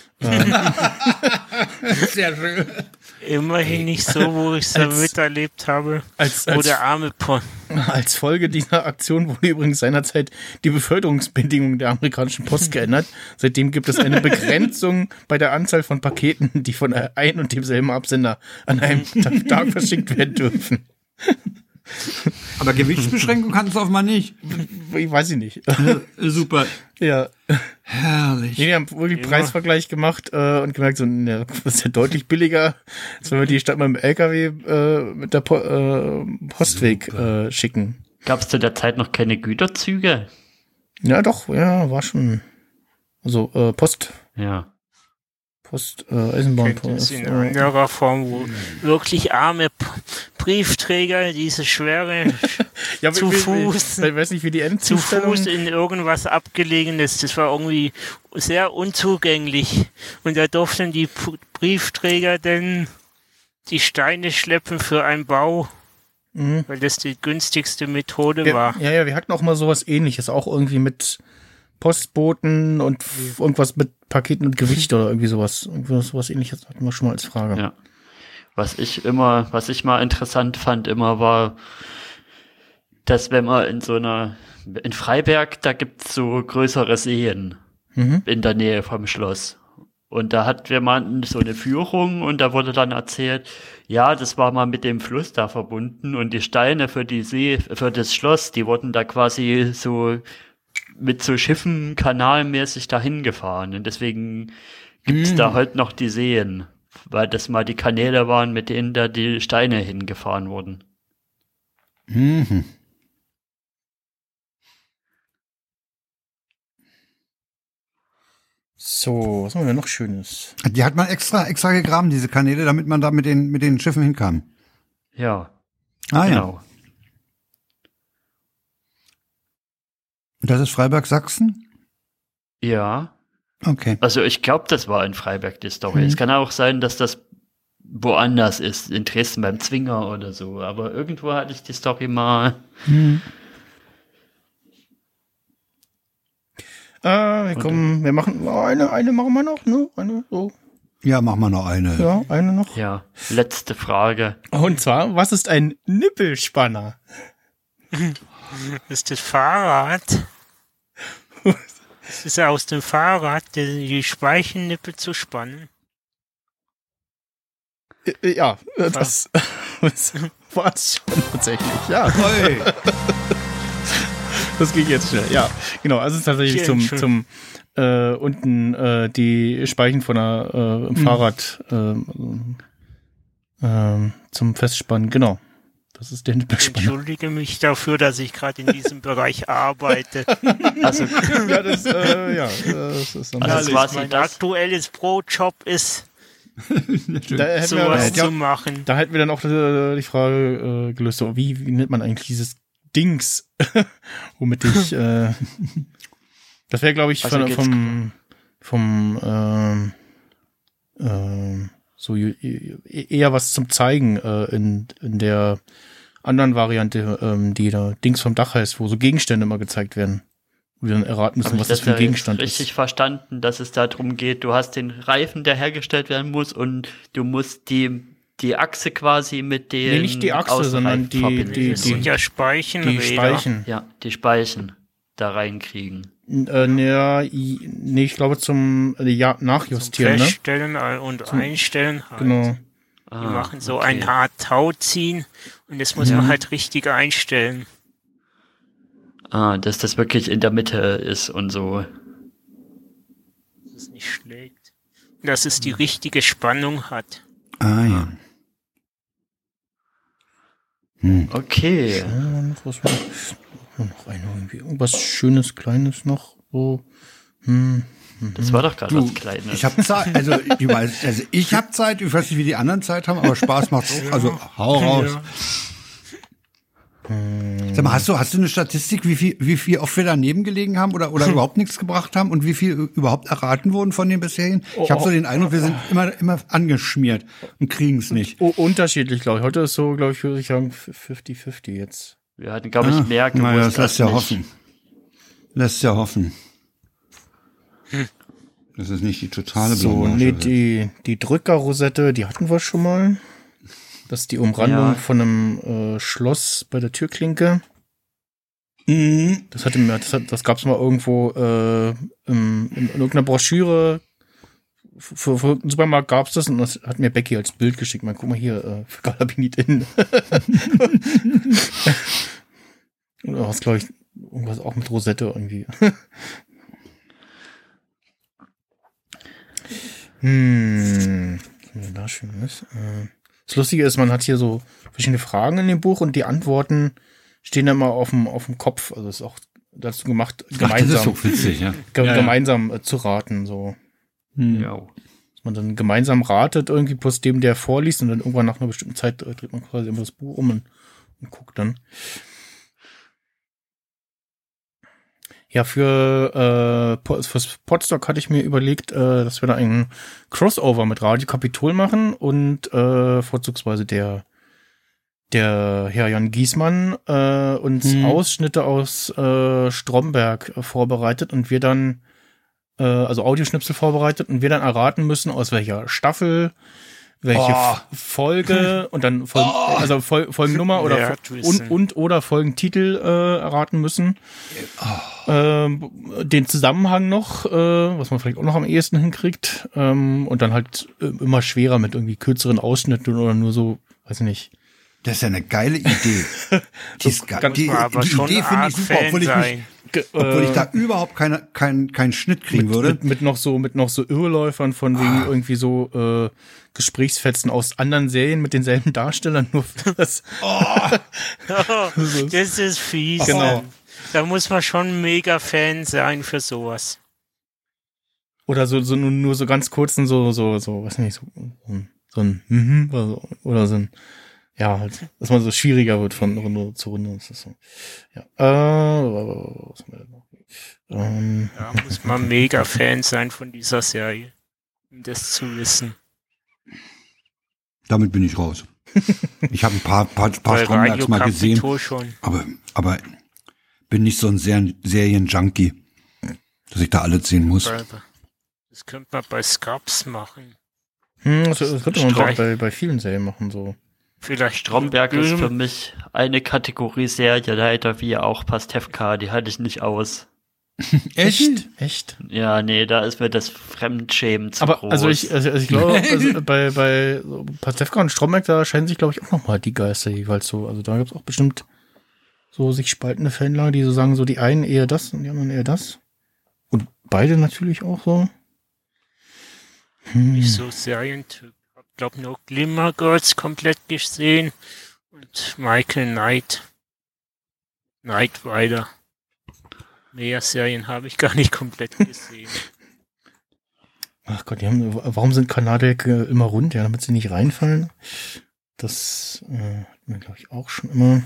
Sehr schön.
Immerhin nicht so, wo ich es miterlebt habe. Wo der arme
Als Folge dieser Aktion wurde übrigens seinerzeit die Beförderungsbedingungen der amerikanischen Post geändert. Seitdem gibt es eine Begrenzung bei der Anzahl von Paketen, die von ein und demselben Absender an einem Tag verschickt werden dürfen.
Aber Gewichtsbeschränkung hatten sie offenbar nicht.
Ich weiß ich nicht.
Super.
Ja.
Herrlich.
Nee, die haben wirklich Preisvergleich gemacht und gemerkt, so, ne, das ist ja deutlich billiger, als wenn wir die statt mit dem LKW mit der Postweg schicken.
Gab es zu der Zeit noch keine Güterzüge?
Ja, doch, ja, war schon. Also Post.
Ja.
Eisenbahnpost.
In anderer Form, wo wirklich arme Briefträger diese schwere zu Fuß,
ich weiß nicht, wie die
zu Fuß in irgendwas Abgelegenes, das war irgendwie sehr unzugänglich. Und da durften die Briefträger denn die Steine schleppen für einen Bau, weil das die günstigste Methode war.
Ja, wir hatten auch mal sowas Ähnliches, auch irgendwie mit Postboten und irgendwas mit Paketen und Gewicht oder irgendwie sowas. Sowas Ähnliches hatten wir schon mal als Frage.
Ja. Was ich mal interessant fand, war, dass wenn man in Freiberg, da gibt's so größere Seen in der Nähe vom Schloss. Und da hatten wir mal so eine Führung und da wurde dann erzählt, ja, das war mal mit dem Fluss da verbunden und die Steine für das Schloss, die wurden da quasi so mit so Schiffen kanalmäßig dahin gefahren. Und deswegen gibt's da heute noch die Seen, weil das mal die Kanäle waren, mit denen da die Steine hingefahren wurden.
Mhm.
So, was haben wir denn noch Schönes?
Die hat man extra gegraben, diese Kanäle, damit man da mit den Schiffen hinkam.
Ja.
Ah,
genau.
Ja. Das ist Freiberg, Sachsen?
Ja.
Okay.
Also ich glaube, das war in Freiberg die Story. Es kann auch sein, dass das woanders ist, in Dresden beim Zwinger oder so. Aber irgendwo hatte ich die Story mal.
Wir machen eine machen wir noch, ne? Eine so.
Ja, machen wir noch eine.
Ja, eine noch.
Ja, letzte Frage.
Und zwar, was ist ein Nippelspanner?
Das ist das Fahrrad. Das ist ja aus dem Fahrrad, die Speichennippel zu spannen.
Ja, das war es schon tatsächlich, ja.
Hey.
Das ging jetzt schnell, ja. Genau, also es ist tatsächlich zum unten die Speichen von der im Fahrrad zum Festspannen, genau. Das ist der Nippelspanner.
Ich entschuldige mich dafür, dass ich gerade in diesem Bereich arbeite.
Also,
Ja, das ist dann
also
Mein aktuelles Brotjob ist,
da hätten
sowas
wir,
zu machen.
Da hätten wir dann auch die Frage gelöst, so, wie nennt man eigentlich dieses Dings, womit ich, das wäre, glaube ich,
Also
so eher was zum Zeigen in der anderen Variante, die da Dings vom Dach heißt, wo so Gegenstände immer gezeigt werden. Wo wir dann erraten müssen, was das für ein Gegenstand ist.
Richtig verstanden, dass es darum geht, du hast den Reifen, der hergestellt werden muss und du musst die Achse quasi mit den
Nee, nicht die Achse, sondern
Das sind ja Speichenräder.
die Speichen.
Ja, die Speichen da reinkriegen.
Nee, ich glaube zum Nachjustieren,
Zum
ne?
Feststellen und Einstellen halt.
Genau.
Die machen so eine Art Tauziehen und das muss man halt richtig einstellen.
Dass das wirklich in der Mitte ist und so.
Dass es nicht schlägt. Und dass es die richtige Spannung hat.
Ah, ja.
Okay.
Was war noch irgendwas Schönes, Kleines noch? So.
Das war doch gerade was Kleines.
Ich habe Zeit, ich habe Zeit, ich weiß nicht, wie die anderen Zeit haben, aber Spaß macht's auch. Also hau raus.
Ja.
Sag mal, hast du eine Statistik, wie viel oft wir daneben gelegen haben oder überhaupt nichts gebracht haben und wie viel überhaupt erraten wurden von den bisherigen? Ich habe so den Eindruck, wir sind immer angeschmiert und kriegen es nicht.
Unterschiedlich, glaube ich. Heute ist so, glaube ich, würde ich sagen 50-50 jetzt.
Wir hatten, glaube ich, mehr gewusst.
Naja, das lässt ja
nicht.
hoffen. Lässt ja hoffen. Das ist nicht die totale
So,
Blamage.
die Drückerrosette, die hatten wir schon mal. Das ist die Umrandung von einem Schloss bei der Türklinke.
Mhm.
Das gab es mal irgendwo in irgendeiner Broschüre. Für einen Supermarkt gab es das und das hat mir Becky als Bild geschickt. Mal, guck mal hier, für Galabinit in. Oder was, glaube ich, irgendwas auch mit Rosette irgendwie. Da schön ist. Das Lustige ist, man hat hier so verschiedene Fragen in dem Buch und die Antworten stehen dann mal auf dem Kopf. Also ist auch dazu gemacht, gemeinsam,
das ist so witzig, ja.
Gemeinsam zu raten. So.
Ja.
Dass man dann gemeinsam ratet, irgendwie plus dem, der vorliest und dann irgendwann nach einer bestimmten Zeit dreht man quasi immer das Buch um und guckt dann. Ja, fürs Podstock hatte ich mir überlegt, dass wir da einen Crossover mit Radio Kapitol machen und vorzugsweise der Herr Jan Giesmann uns Ausschnitte aus Stromberg vorbereitet und wir dann also Audioschnipsel vorbereitet und wir dann erraten müssen, aus welcher Staffel, welche Folge und dann Folgennummer oder oder Folgentitel erraten müssen. Den Zusammenhang noch, was man vielleicht auch noch am ehesten hinkriegt, und dann halt immer schwerer mit irgendwie kürzeren Ausschnitten oder nur so, weiß ich nicht.
Das ist ja eine geile Idee. Die Idee finde ich super, obwohl ich da überhaupt keinen Schnitt kriegen würde.
Mit noch so Irrläufern von wegen irgendwie so Gesprächsfetzen aus anderen Serien mit denselben Darstellern, nur für das.
Das ist fies.
Genau.
Da muss man schon mega Fan sein für sowas.
Oder so nur so ganz kurzen so weiß nicht, so ein oder so ein, ja, halt, dass man so schwieriger wird von Runde zu Runde. Das ist so. Ja. Was haben wir denn noch?
Da muss man mega Fan sein von dieser Serie, um das zu wissen.
Damit bin ich raus. Ich habe ein paar Strombergs mal gesehen,
schon.
aber bin nicht so ein Serien-Junkie, dass ich da alles sehen muss.
Das könnte man bei Scrubs machen.
Das könnte man doch bei vielen Serien machen, so.
Vielleicht
Stromberg ist für mich eine Kategorie Serie, leider wie auch Pastewka, die halte ich nicht aus.
Echt?
Ja, nee, da ist mir das Fremdschämen zu groß.
Also ich glaube, bei Pastewka und Stromberg, da scheinen sich, glaube ich, auch nochmal die Geister jeweils so. Also da gibt es auch bestimmt so sich spaltende Fanlager, die so sagen, so die einen eher das und die anderen eher das. Und beide natürlich auch so.
Nicht so Serientyp. Ich glaube nur Glimmer Girls komplett gesehen und Michael Knight. Knight Rider. Mehr Serien habe ich gar nicht komplett gesehen.
Ach Gott, warum sind Kanaldecke immer rund? Ja, damit sie nicht reinfallen. Das hat man, glaube ich, auch schon immer.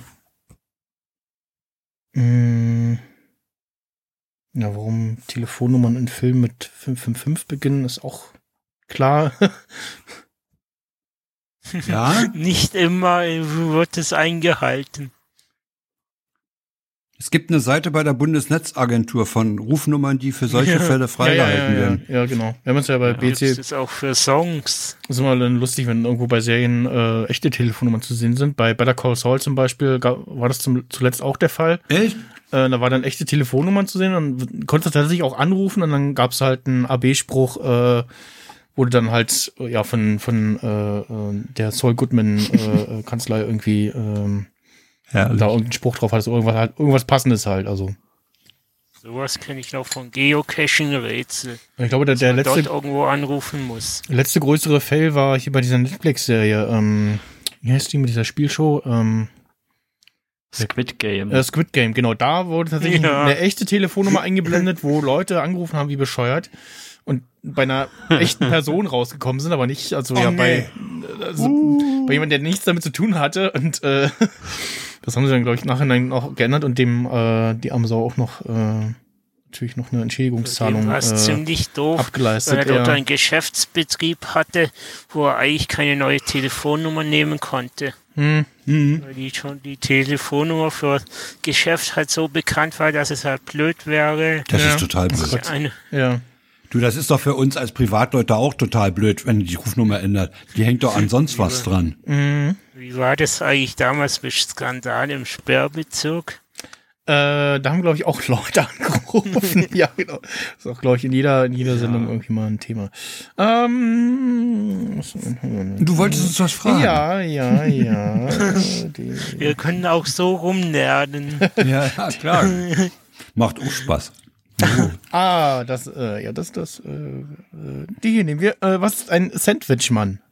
Ja, warum Telefonnummern in Filmen mit 555 beginnen, ist auch klar.
Ja?
Nicht immer wird es eingehalten.
Es gibt eine Seite bei der Bundesnetzagentur von Rufnummern, die für solche Fälle freigehalten werden.
Ja, genau. Wir haben es ja bei BC.
Das ist auch für Songs.
Das ist immer dann lustig, wenn irgendwo bei Serien echte Telefonnummern zu sehen sind. Bei Better Call Saul zum Beispiel war das zuletzt auch der Fall.
Echt?
Da war dann echte Telefonnummern zu sehen und konnte tatsächlich auch anrufen und dann gab es halt einen AB-Spruch, wurde dann halt von der Saul Goodman Kanzlei irgendwie da irgendeinen Spruch drauf hat, irgendwas Passendes halt, also.
Sowas kenne ich noch von Geocaching-Rätsel.
Ich glaube, der letzte
dort irgendwo anrufen muss.
Letzte größere Fail war hier bei dieser Netflix-Serie, wie heißt die mit dieser Spielshow?
Squid Game.
Squid Game, genau. Da wurde tatsächlich eine echte Telefonnummer eingeblendet, wo Leute angerufen haben wie bescheuert und bei einer echten Person rausgekommen sind, aber nicht, also bei jemandem, der nichts damit zu tun hatte. Und das haben sie dann, glaube ich, nachhinein auch geändert und dem die Amsau auch noch natürlich noch eine Entschädigungszahlung
ziemlich doof,
abgeleistet.
weil er dort einen Geschäftsbetrieb hatte, wo er eigentlich keine neue Telefonnummer nehmen konnte. Weil die Telefonnummer für Geschäft halt so bekannt war, dass es halt blöd wäre.
Das ist total blöd. Du, das ist doch für uns als Privatleute auch total blöd, wenn die Rufnummer ändert. Die hängt doch an sonst was dran.
Wie war das eigentlich damals mit Skandal im Sperrbezirk?
Da haben, glaube ich, auch Leute angerufen. Ja, genau. Das ist auch, glaube ich, in jeder Sendung irgendwie mal ein Thema.
Du wolltest uns was fragen?
Ja.
Wir können auch so rumnerden.
Ja, klar. Macht auch Spaß.
Die hier nehmen wir. Was ist ein Sandwichmann?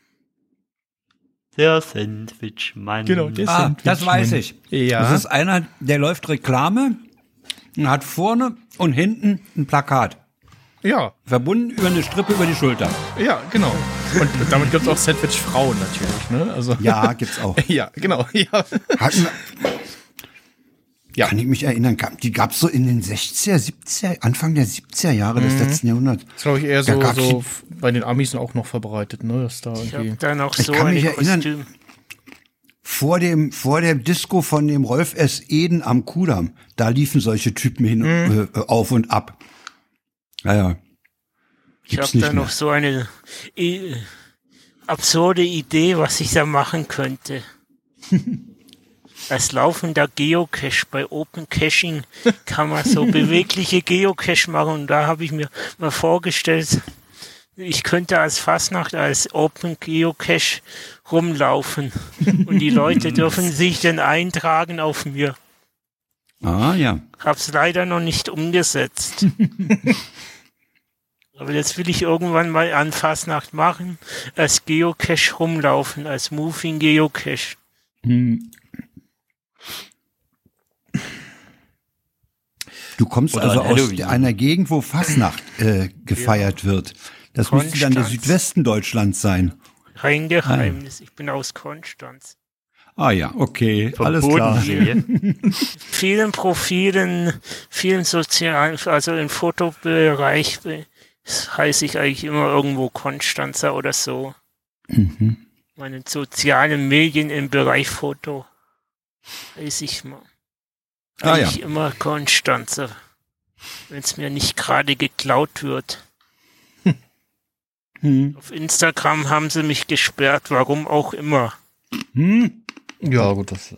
Der Sandwichmann.
Genau, der Sandwichmann.
Das weiß ich.
Ja.
Das ist einer, der läuft Reklame und hat vorne und hinten ein Plakat.
Ja.
Verbunden über eine Strippe über die Schulter.
Ja, genau. Und damit gibt es auch Sandwich-Frauen natürlich, ne? Also,
ja, gibt's auch.
Ja, genau. Ja.
Kann ich mich erinnern, die gab's so in den 60er, 70er, Anfang der 70er Jahre des letzten Jahrhunderts.
Das glaube ich eher so bei den Amis auch noch verbreitet, ne? Dass da
ich habe da noch
ich
so
kann mich
ein
erinnern,
Kostüm.
Vor der Disco von dem Rolf S. Eden am Kudamm, da liefen solche Typen hin auf und ab. Naja.
Ich habe da noch so eine absurde Idee, was ich da machen könnte. Als laufender Geocache bei Open Caching kann man so bewegliche Geocache machen. Und da habe ich mir mal vorgestellt, ich könnte als Fastnacht als Open Geocache rumlaufen. Und die Leute dürfen sich dann eintragen auf mir.
Ah, ja.
Hab's leider noch nicht umgesetzt. Aber das will ich irgendwann mal an Fastnacht machen. Als Geocache rumlaufen, als Moving Geocache.
Du kommst
Oder
also aus
Halloween.
einer Gegend, wo Fastnacht gefeiert wird. Das müsste dann der Südwesten Deutschlands sein.
Kein Geheimnis. Ich bin aus Konstanz.
Ah ja, okay, alles klar.
Vielen Profilen, vielen sozialen, also im Fotobereich heiße ich eigentlich immer irgendwo Konstanzer oder so. Meine sozialen Medien im Bereich Foto heiße ich mal. Eigentlich immer Konstanzer, wenn es mir nicht gerade geklaut wird. Auf Instagram haben sie mich gesperrt, warum auch immer.
Ja, gut, das.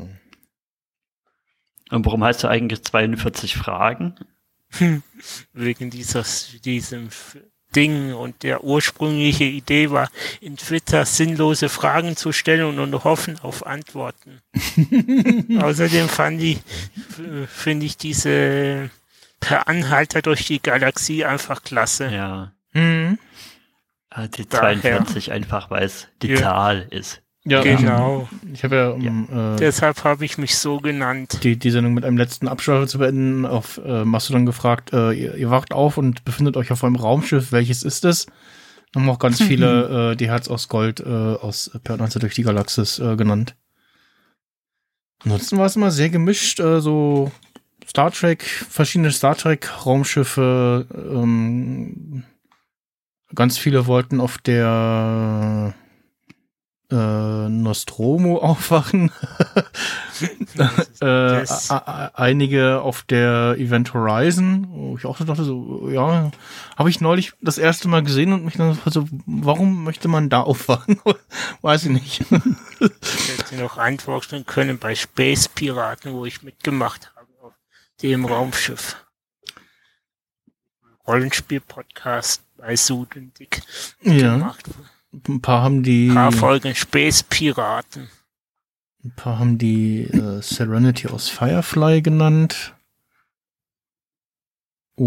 Und warum heißt du eigentlich 42 Fragen?
Wegen diesem Ding, und der ursprüngliche Idee war, in Twitter sinnlose Fragen zu stellen und hoffen auf Antworten. Außerdem finde ich diese per Anhalter durch die Galaxie einfach klasse.
Ja. Die 42 einfach, weil es die Zahl ist.
Ja,
genau.
Ich habe
deshalb habe ich mich so genannt.
Die Sendung mit einem letzten Abschweifer zu beenden, auf Mastodon gefragt, ihr wacht auf und befindet euch auf einem Raumschiff, welches ist es? Haben auch ganz viele die Herz aus Gold aus Per Anhalter durch die Galaxis genannt. Ansonsten war es immer sehr gemischt, so Star Trek, verschiedene Star Trek Raumschiffe, ganz viele wollten auf der Nostromo aufwachen. Einige auf der Event Horizon, wo ich auch so dachte, so, ja, habe ich neulich das erste Mal gesehen und mich dann so, warum möchte man da aufwachen? Weiß ich nicht.
Ich hätte noch antworten können bei Space Piraten, wo ich mitgemacht habe, auf dem Raumschiff. Rollenspiel-Podcast bei Sudendick gemacht.
Ein paar haben die.
Ein paar Folgen Space Piraten.
Ein paar haben die Serenity aus Firefly genannt.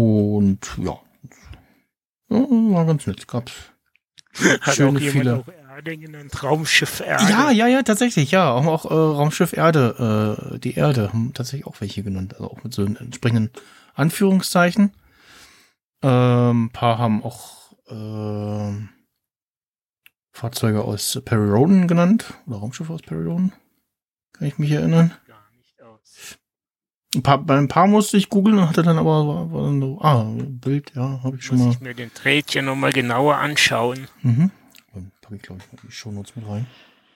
Und ja. War ganz nett. Gab's
Hat
schöne
auch jemand
viele.
Auch Erde genannt, Raumschiff Erde.
Ja, tatsächlich, ja. Auch Raumschiff Erde, die Erde haben tatsächlich auch welche genannt. Also auch mit so entsprechenden Anführungszeichen. Ein paar haben auch Fahrzeuge aus Perry Rhodan genannt. Oder Raumschiffe aus Perry Rhodan. Kann ich mich erinnern.
Gar nicht aus.
Bei ein paar musste ich googeln und hatte dann aber war dann so, Bild, ja, habe ich schon
Muss
mal.
ich mir den Trädchen nochmal genauer anschauen.
Mhm. Dann packe ich, glaube ich, mal die Shownotes mit rein.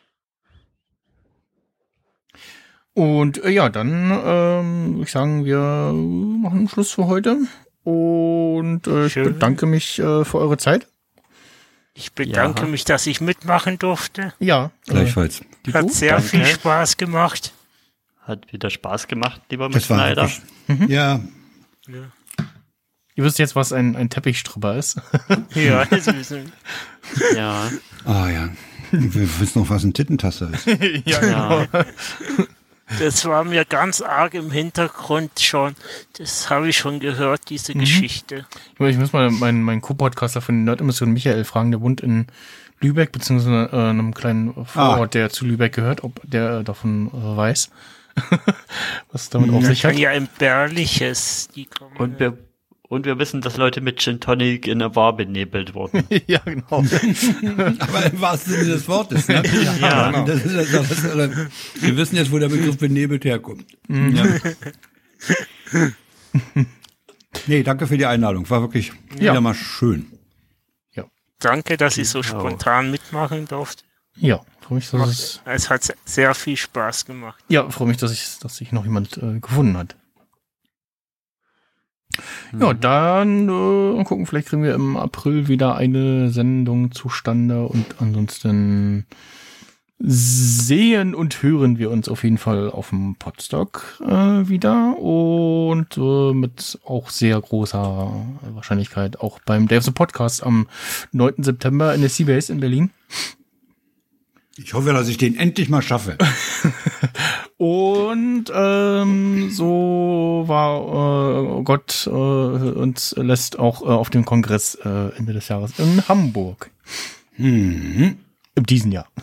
Und dann würde ich sagen, wir machen Schluss für heute. Und ich
Schön.
bedanke mich für eure Zeit.
Ich bedanke mich, dass ich mitmachen durfte.
Ja.
Gleichfalls.
Hat sehr viel Spaß gemacht.
Hat wieder Spaß gemacht, lieber
Das war
Mitschneider.
wirklich, ja,
Ihr wisst jetzt, was ein Teppichstripper ist.
Ja, das wissen
Ja.
ja. Wir wissen noch, was ein Tittentasser ist.
Ja.
Das war mir ganz arg im Hintergrund schon. Das habe ich schon gehört, diese Geschichte.
Ich muss mal meinen Co-Podcaster von den Nerd-Emissionen Michael fragen, der wohnt in Lübeck, beziehungsweise einem kleinen Vorort, der zu Lübeck gehört, ob der davon weiß, was damit auf sich hat.
Ja, Entbehrliches. Die kommen,
Und wir wissen, dass Leute mit Gin Tonic in der Bar benebelt wurden.
Ja, genau.
Aber im wahrsten Sinne des Wortes, ne?
Ja.
Genau. Wir wissen jetzt, wo der Begriff benebelt herkommt. Ja. Nee, danke für die Einladung. War wirklich wieder mal schön.
danke, dass ich so spontan mitmachen durfte.
Ja, freue mich, dass
Es hat sehr viel Spaß gemacht.
freue mich, dass sich noch jemand gefunden hat. Ja, dann gucken, vielleicht kriegen wir im April wieder eine Sendung zustande und ansonsten sehen und hören wir uns auf jeden Fall auf dem Podstock wieder und mit auch sehr großer Wahrscheinlichkeit auch beim Day of the Podcast am 9. September in der Seabase in Berlin.
Ich hoffe, dass ich den endlich mal schaffe.
Und so war Gott uns lässt auch auf dem Kongress Ende des Jahres in Hamburg.
Mhm.
In diesem Jahr.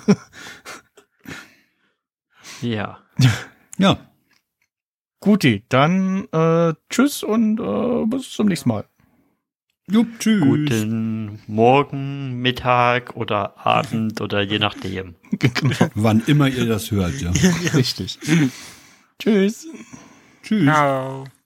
Ja.
Ja.
Guti, dann tschüss und bis zum nächsten Mal.
Jupp, tschüss.
Guten Morgen, Mittag oder Abend oder je nachdem.
Genau.
Wann immer ihr das hört, ja.
Richtig. Tschüss.
Tschüss.
Ciao.